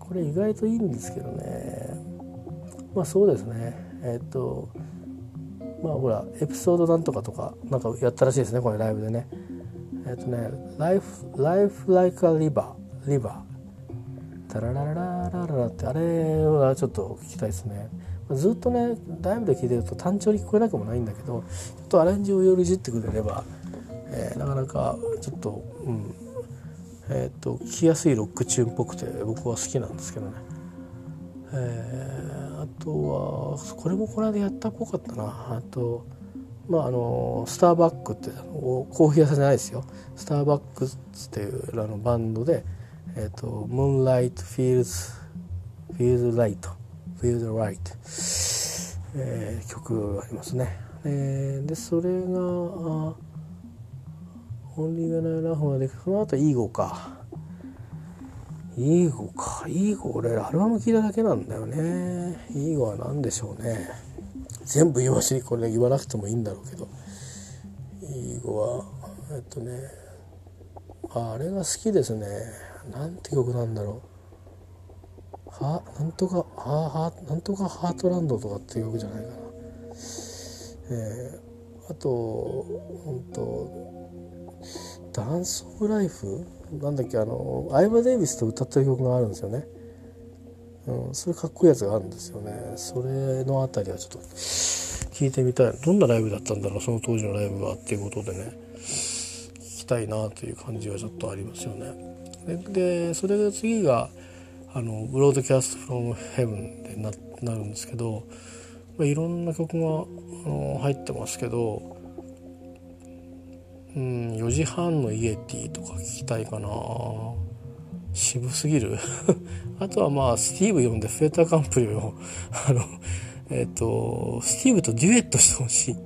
これ意外といいんですけどね。まあそうですね、えっとまあほらエピソードなんとかとかなんかやったらしいですね、これライブでね。えっとね Life, Life Like a River River タラララララララって、あれはちょっと聞きたいですね。ずっとねライブで聴いてると単調に聞こえなくもないんだけど、ちょっとアレンジをよりいじってくれれば、えー、なかなかちょっとうんえっと聴きやすいロックチューンっぽくて僕は好きなんですけどね。えー、あとはこれもこの間やったっぽかったな。あとまああのスターバックってコーヒー屋さんじゃないですよ。スターバックスっていうあのバンドで、えっとムーンライトフィールズフィールドライトフィールドライト、えー、曲がありますね。えー、でそれがオンリーがないラフまで、その後イーゴか。イーゴかイーゴ俺アルバム聴いただけなんだよね。イーゴは何でしょうね。全部言わしにこれ言わなくてもいいんだろうけど、イーゴはえっとね あ, あれが好きですね。なんて曲なんだろう。はなんとかははなんとかハートランドとかっていう曲じゃないかな。えー、あと本当ダンスオブライフなんだっけ、あのアイバー・デイビスと歌ってる曲があるんですよね。うん、それかっこいいやつがあるんですよね。それのあたりはちょっと聞いてみたい。どんなライブだったんだろう、その当時のライブがっていうことでね、聞きたいなという感じはちょっとありますよね。で, でそれで次があのブロードキャストフロムヘブンで な, なるんですけど、まあ、いろんな曲があの入ってますけど、うん、よじはんのイエティとか聞きたいかな。渋すぎるあとはまあスティーブ呼んでフェーターカンプリーをあのえっ、ー、とスティーブとデュエットしてほしい、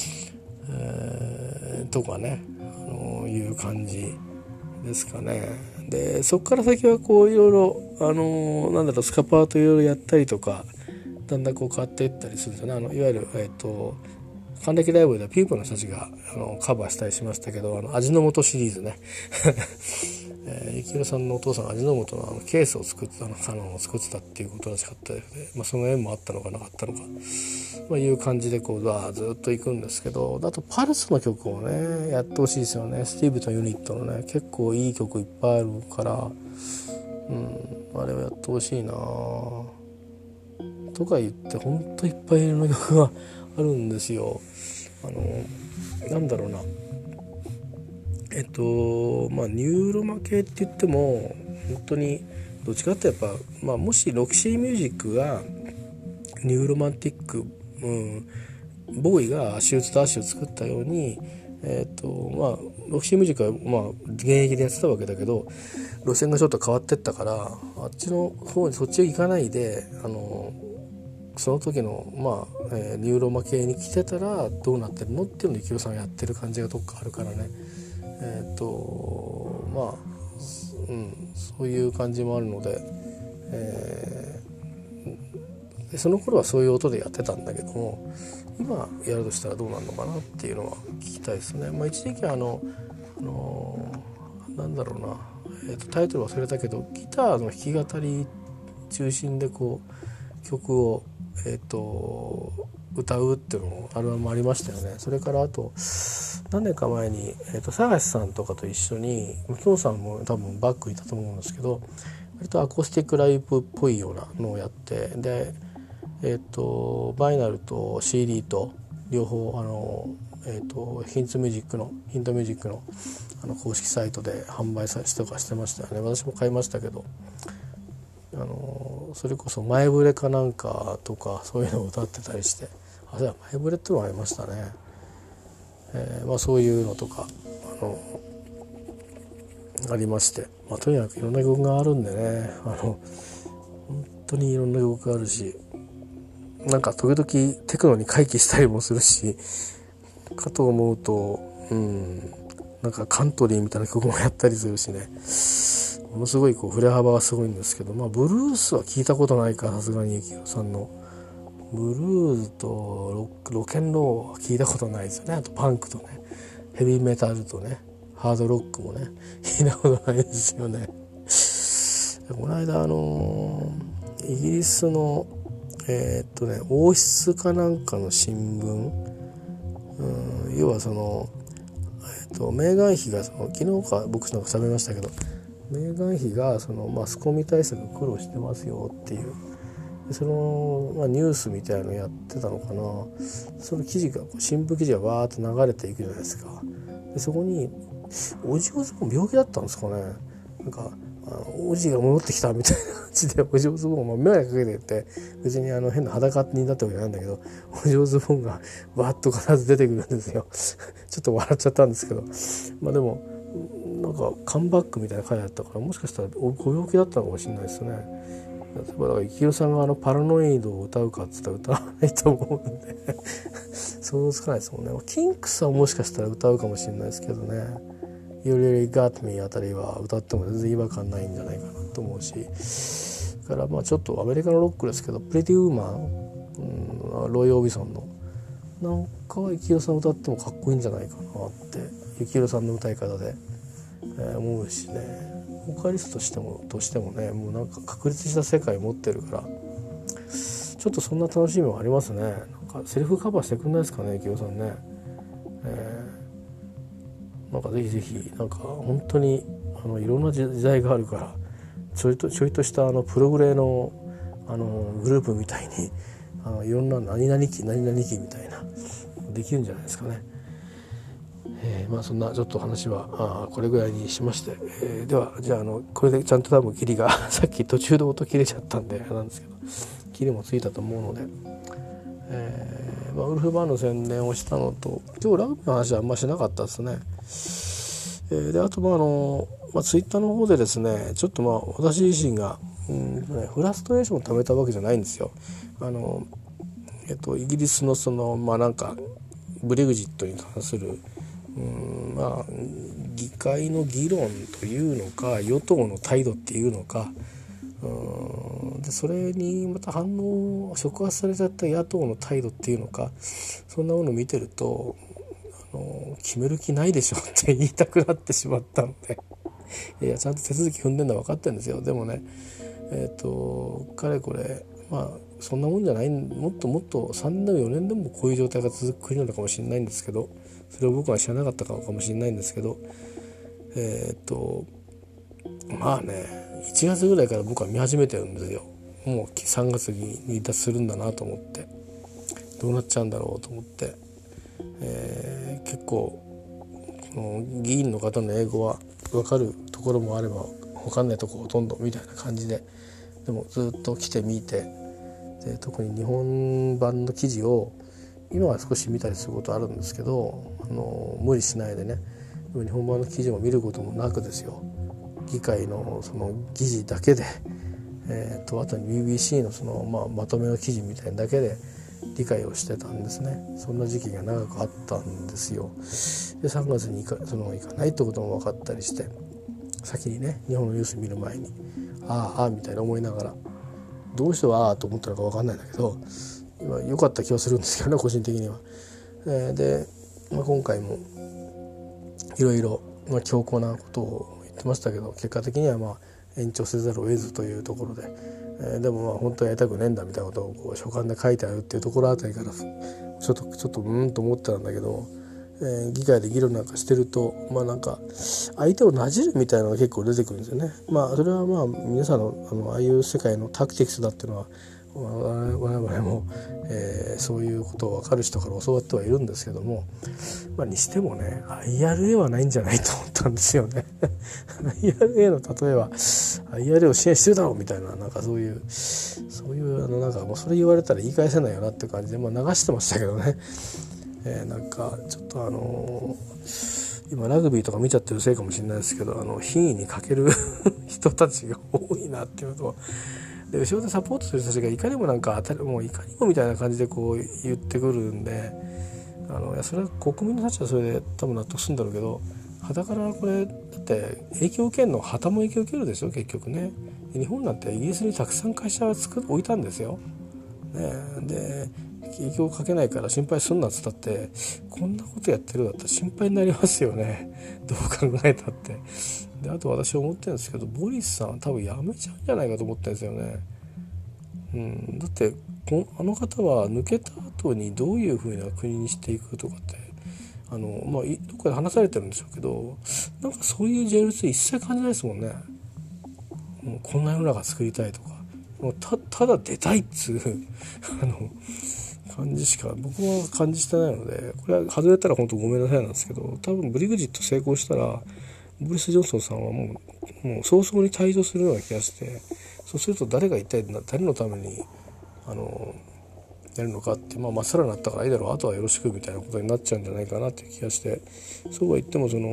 えー、とかね、あのいう感じですかね。でそこから先はこういろいろあのなんだろうスカパーといろいろやったりとか、だんだんこう変わっていったりするんですよね。あのいわゆるえっ、ー、と還暦ライブではピーポーの人たちがあのカバーしたりしましたけど、あの味の素シリーズねえー、ゆきひろさんのお父さんが味の素のあのケースを作ってたの、あの作ってたっていうことらしかったので、まあ、その縁もあったのかなかったのか、まあ、いう感じでこうわーずっと行くんですけど、あとパルスの曲をねやってほしいですよね。スティーブとユニットのね結構いい曲いっぱいあるから、うん、あれをやってほしいなとか言ってほんといっぱいいろんな曲があるんですよ。あのなんだろうなえっとまあニューロマ系って言っても本当にどっちかってやっぱ、まあ、もしロキシーミュージックがニューロマンティック、うん、ボーイが足打つと足を作ったように、えっとまあロキシーミュージックはまあ現役でやってたわけだけど、路線がちょっと変わってったからあっちの方にそっちへ行かないで、あのその時の、まあえー、ニューロマ系に来てたらどうなってるのっていうのをゆきひろさんがやってる感じがどっかあるからね。えー、とまあ、うん、そういう感じもあるので、えー、でその頃はそういう音でやってたんだけども、今やるとしたらどうなるのかなっていうのは聞きたいですね。まあ、一時期あの、あのなんだろうな、えー、とタイトル忘れたけどギターの弾き語り中心でこう曲を、えー、と歌うっていうのもアルバムもありましたよね。それからあと何年か前に、えー、とサガシさんとかと一緒にきょんさんも多分バックいたと思うんですけど、割とアコースティックライブっぽいようなのをやって、で、えー、とバイナルと シーディー と両方あの、えー、とヒントミュージックのヒントミュージックの、あの公式サイトで販売させとかしてましたよね。私も買いましたけど、あのそれこそ前触れかなんかとかそういうのを歌ってたりして、あれは前触れってのもありましたね。えーまあ、そういうのとかあのありまして、まあ、とにかくいろんな曲があるんでね、あの本当にいろんな曲があるし、なんか時々テクノに回帰したりもするし、かと思うと、うん、なんかカントリーみたいな曲もやったりするしね、ものすごいこう振れ幅がすごいんですけど、まあブルースは聞いたことないから、さすがにゆきひろさんのブルーズと ロ, ロケンローは聞いたことないですよね。あとパンクとねヘビーメタルとねハードロックもね聞いたことないですよね。 この間あのイギリスのえー、っとね王室かなんかの新聞、うん、要はその、えー、っとメーガン妃がその昨日か僕なんか喋りましたけど、メーガン妃がそのマスコミ対策苦労してますよっていうその、まあ、ニュースみたいのやってたのかな。その記事が新聞記事がわーっと流れていくじゃないですか。でそこにおじおずぼん病気だったんですかね。なんかあのおじが戻ってきたみたいな感じでおじおずぼんを眼鏡かけてって別にあの変な裸になったわけじゃないんだけどおじおずぼんがわーっと必ず出てくるんですよ。ちょっと笑っちゃったんですけど、まあでもなんかカムバックみたいな回だったからもしかしたらご病気だったのかもしれないですね。例えばだから幸宏さんがあのパラノイドを歌うかって言ったら歌わないと思うんで想像つかないですもんね。キンクスはもしかしたら歌うかもしれないですけどね。You Really Got Me あたりは歌っても全然違和感ないんじゃないかなと思うし、だからまあちょっとアメリカのロックですけどプレティウーマン、うん、ロイ・オービソンのなんかは幸宏さん歌ってもかっこいいんじゃないかなって幸宏さんの歌い方で、えー、思うしね。ボーカリストとしてもとしてもねもうなんか確立した世界持ってるからちょっとそんな楽しみもありますね。なんかセルフカバーしてくんないですかね幸宏さんね、えー、なんかぜひぜひなんか本当にあのいろんな時代があるからちょいとちょいとしたあのプログレのあのグループみたいにあのいろんな何々期何々期みたいなできるんじゃないですかね。えー、まあそんなちょっと話はあこれぐらいにしまして、えー、ではじゃああのこれでちゃんと多分キリがさっき途中で音切れちゃったんでなんですけどキリもついたと思うので、えーまあ、ウルフバーンの宣伝をしたのと今日ラグビーの話はあんましなかったですね。えー、であとまああの、まあ、ツイッターの方でですねちょっとまあ私自身が、うんね、フラストレーションを溜めたわけじゃないんですよ。あの、えっと、イギリスのそのまあなんかブレグジットに関するうんまあ、議会の議論というのか与党の態度っていうのかうんでそれにまた反応触発されちゃった野党の態度っていうのかそんなものを見てるとあの決める気ないでしょって言いたくなってしまったのでいやちゃんと手続き踏んでるのは分かってるんですよ。でもねえっとかれこれまあそんなもんじゃないもっともっとさんねんでもよねんでもこういう状態が続く国なのかもしれないんですけどそれを僕は知らなかったかもしれないんですけどえー、っとまあねいちがつぐらいから僕は見始めてるんですよ。もうさんがつに離脱するんだなと思ってどうなっちゃうんだろうと思って、えー、結構この議員の方の英語は分かるところもあれば分かんないところほとんどみたいな感じででもずっと来てみてで特に日本版の記事を今は少し見たりすることあるんですけどあの無理しないでね日本版の記事を見ることもなくですよ議会のその議事だけで、えー、とあとに ビービーシー のその、まあ、まとめの記事みたいなだけで理解をしてたんですね。そんな時期が長くあったんですよ。でさんがつに行か、その行かないってことも分かったりして先にね日本のニュース見る前にああああみたいな思いながらどうしてああと思ったのか分かんないんだけど今良かった気はするんですけどね個人的には。えー、で、まあ、今回もいろいろ強硬なことを言ってましたけど結果的にはまあ延長せざるを得ずというところで、えー、でもまあ本当はやりたくねえんだみたいなことをこう書簡で書いてあるっていうところあたりからちょっとちょっとうんと思ってたんだけど、えー、議会で議論なんかしてるとまあなんか相手をなじるみたいなのが結構出てくるんですよね。まあそれはまあ皆さんの あのああいう世界のタクティクスだっていうのは我々も、えー、そういうことを分かる人から教わってはいるんですけども、まあ、にしてもね アイアールエー はないんじゃないと思ったんですよねアイアールエー の例えば アイアールエー を支援してるだろうみたいななんかそういうそういうあのなんかもうそれ言われたら言い返せないよなって感じで、まあ、流してましたけどね、えー、なんかちょっとあのー、今ラグビーとか見ちゃってるせいかもしれないですけどあの品位に欠ける人たちが多いなっていうのとで後ろでサポートする人たちがいかにもなんか当たりもういかにもみたいな感じでこう言ってくるんであのいやそれは国民のたちはそれで多分納得するんだろうけど傍からこれだって影響を受けるの旗も影響を受けるでしょ結局ね。日本なんてイギリスにたくさん会社を作置いたんですよ、ね、で影響をかけないから心配すんなっつったってこんなことやってるだったら心配になりますよねどう考えたって。 であと私思ってるんですけど、ボリスさんは多分辞めちゃうんじゃないかと思ってるんですよね。うん、だってこあの方は抜けた後にどういう風な国にしていくとかってあの、まあ、どっかで話されてるんでしょうけど、なんかそういうジェルス一切感じないですもんね。もうこんな世の中作りたいとか、もう た, ただ出たいっつうあの感じしか僕は感じてないので、これは外れたら本当ごめんなさいなんですけど、多分ブリグジット成功したらボリス・ジョンソンさんはもう、もう早々に退場するような気がして、そうすると誰が一体誰のためにあのやるのかって、まあまっさらになったからいいだろう、あとはよろしくみたいなことになっちゃうんじゃないかなっていう気がして、そうは言ってもその、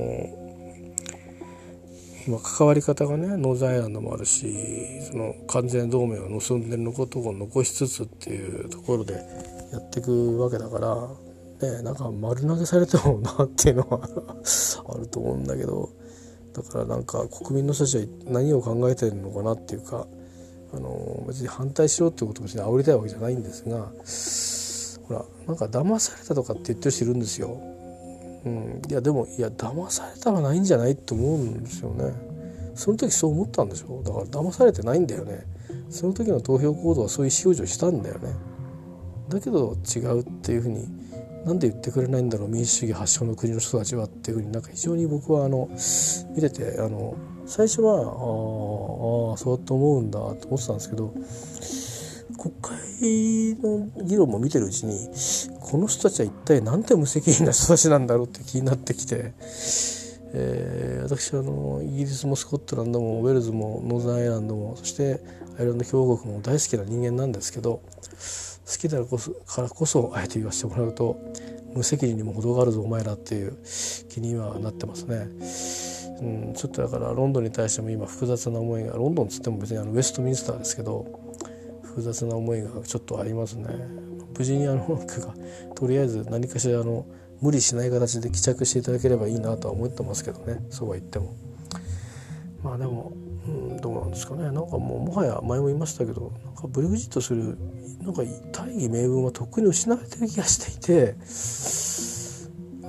まあ、関わり方がねノーザンアイランドもあるし、その完全同盟を結んでることを残しつつっていうところでやっていくわけだからね、なんか丸投げされてもなっていうのはあると思うんだけど、だからなんか国民の人たちは何を考えてるのかなっていうか、あの別に反対しろってことを別に煽りたいわけじゃないんですが、ほらなんか騙されたとかって言ってる人いるんですよ。うん、いやでもいや騙されたはないんじゃないと思うんですよね。その時そう思ったんでしょ。だから騙されてないんだよね。その時の投票行動はそういう意思表示をしたんだよね。だけど違うっていうふうになんで言ってくれないんだろう、民主主義発祥の国の人たちはっていうふうになんか非常に僕はあの見てて、あの最初はああそうやって思うんだと思ってたんですけど、国会の議論も見てるうちにこの人たちは一体なんて無責任な人たちなんだろうって気になってきて、えー、私はあのイギリスもスコットランドもウェールズもノーザンアイランドもそしてアイルランド共和国も大好きな人間なんですけど、好きだからこそあえて言わせてもらうと無責任にも程があるぞお前らっていう気にはなってますね。うん、ちょっとだからロンドンに対しても今複雑な思いが、ロンドンつっても別にあのウェストミンスターですけど複雑な思いがちょっとありますね。無事にあのがとりあえず何かしらあの無理しない形で帰着していただければいいなとは思ってますけどね。そうは言ってもまあでも、うん、どうなんですかね。なんかもうもはや前も言いましたけど、なんかブレグジットするなんか大義名分はとっくに失われてる気がしていて、うん、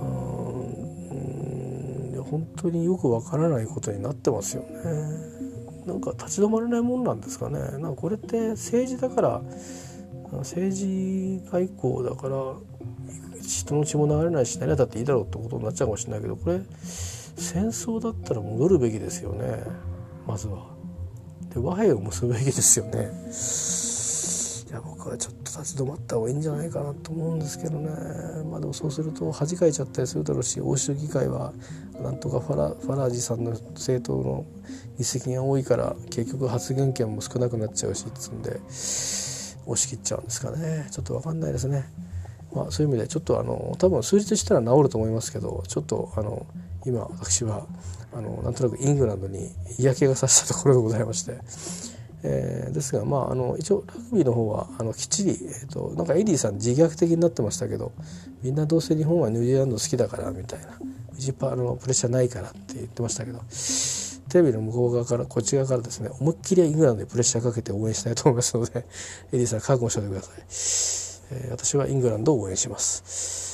本当によくわからないことになってますよね。なんか立ち止まれないもんなんですかね。なんかこれって政治だから、政治外交だから人の血も流れないし何だっていいだろうってことになっちゃうかもしれないけど、これ戦争だったら戻るべきですよね。まずはで和平を結ぶべきですよね。いや僕はちょっと立ち止まった方がいいんじゃないかなと思うんですけどね。まあでもそうすると恥かいちゃったりするだろうし、欧州議会はなんとかファラ、ファラージさんの政党の議席が多いから結局発言権も少なくなっちゃうしっつんで押し切っちゃうんですかね。ちょっと分かんないですね。まあ、そういう意味でちょっとあの多分数日したら治ると思いますけど、ちょっとあの今私はあのなんとなくイングランドに嫌気がさしたところでございまして、えー、ですがまああの一応ラグビーの方はあのきっちり、えー、となんかエディさん自虐的になってましたけど、みんなどうせ日本はニュージーランド好きだからみたいな、うちパあのプレッシャーないからって言ってましたけど、テレビの向こう側からこっち側からですね思いっきりイングランドにプレッシャーかけて応援したいと思いますのでエディさん覚悟しておいてください。えー、私はイングランドを応援します。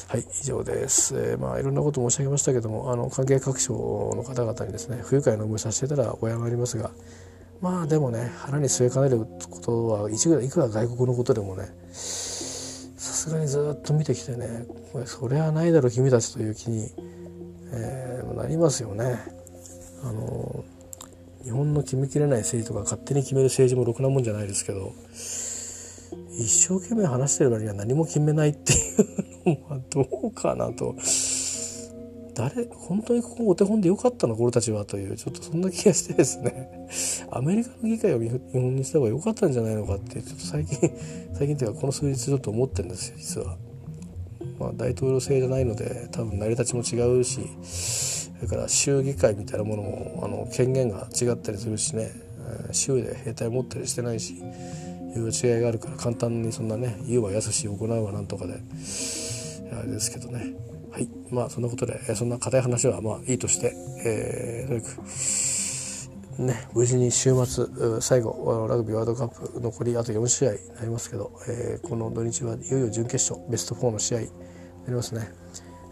はい、以上です。えー、まあいろんなこと申し上げましたけども、あの関係各省の方々にですね不愉快な思いさせていたらお謝りますが、まあでもね腹に据えかねることはいくらいくら外国のことでもねさすがにずっと見てきてね、これそれはないだろ君たちという気に、えー、なりますよね。あの日本の決めきれない政治とか勝手に決める政治もろくなもんじゃないですけど、一生懸命話してる割には何も決めないっていうのはどうかなと、誰本当にここお手本でよかったのこれたちはという、ちょっとそんな気がしてですねアメリカの議会を日本にした方が良かったんじゃないのかってちょっと最近最近というかこの数日ちょっと思ってるんですよ実は。まあ、大統領制じゃないので多分成り立ちも違うし、それから州議会みたいなものもあの権限が違ったりするしね、州で兵隊持ったりしてないしいう違いがあるから簡単にそんなね言うはやすし行うはなんとかであれですけどね。はい、まあそんなことでそんな固い話はまあいいとして、えー、とにかくね無事に週末最後ラグビーワールドカップ残りあとよん試合になりますけど、えー、この土日はいよいよ準決勝ベストよんの試合になりますね。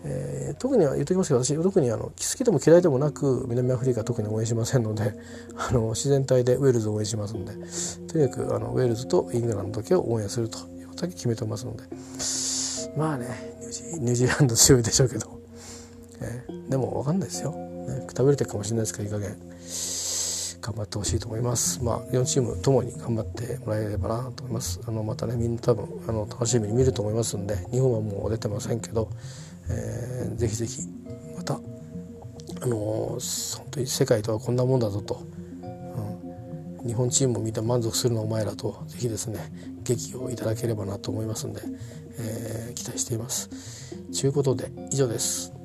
えー、特には言っておきますけど、私特にあの好きでも嫌いでもなく南アフリカ特に応援しませんので、あの自然体でウェールズを応援しますので、とにかくあのウェールズとイングランドだけを応援するということだけ決めてますので、まあねニュージー、ニュージーランド強いでしょうけど、えー、でも分かんないですよ、ね、くたびれてるかもしれないですから、いい加減頑張ってほしいと思います。まあよんチームともに頑張ってもらえればなと思います。あのまたねみんな多分あの楽しみに見ると思いますんで、日本はもう出てませんけど、えー、ぜひぜひまたあのー、本当に世界とはこんなもんだぞと、うん、日本チームを見て満足するのお前らとぜひですね劇をいただければなと思いますんで、えー、期待しています。ということで以上です。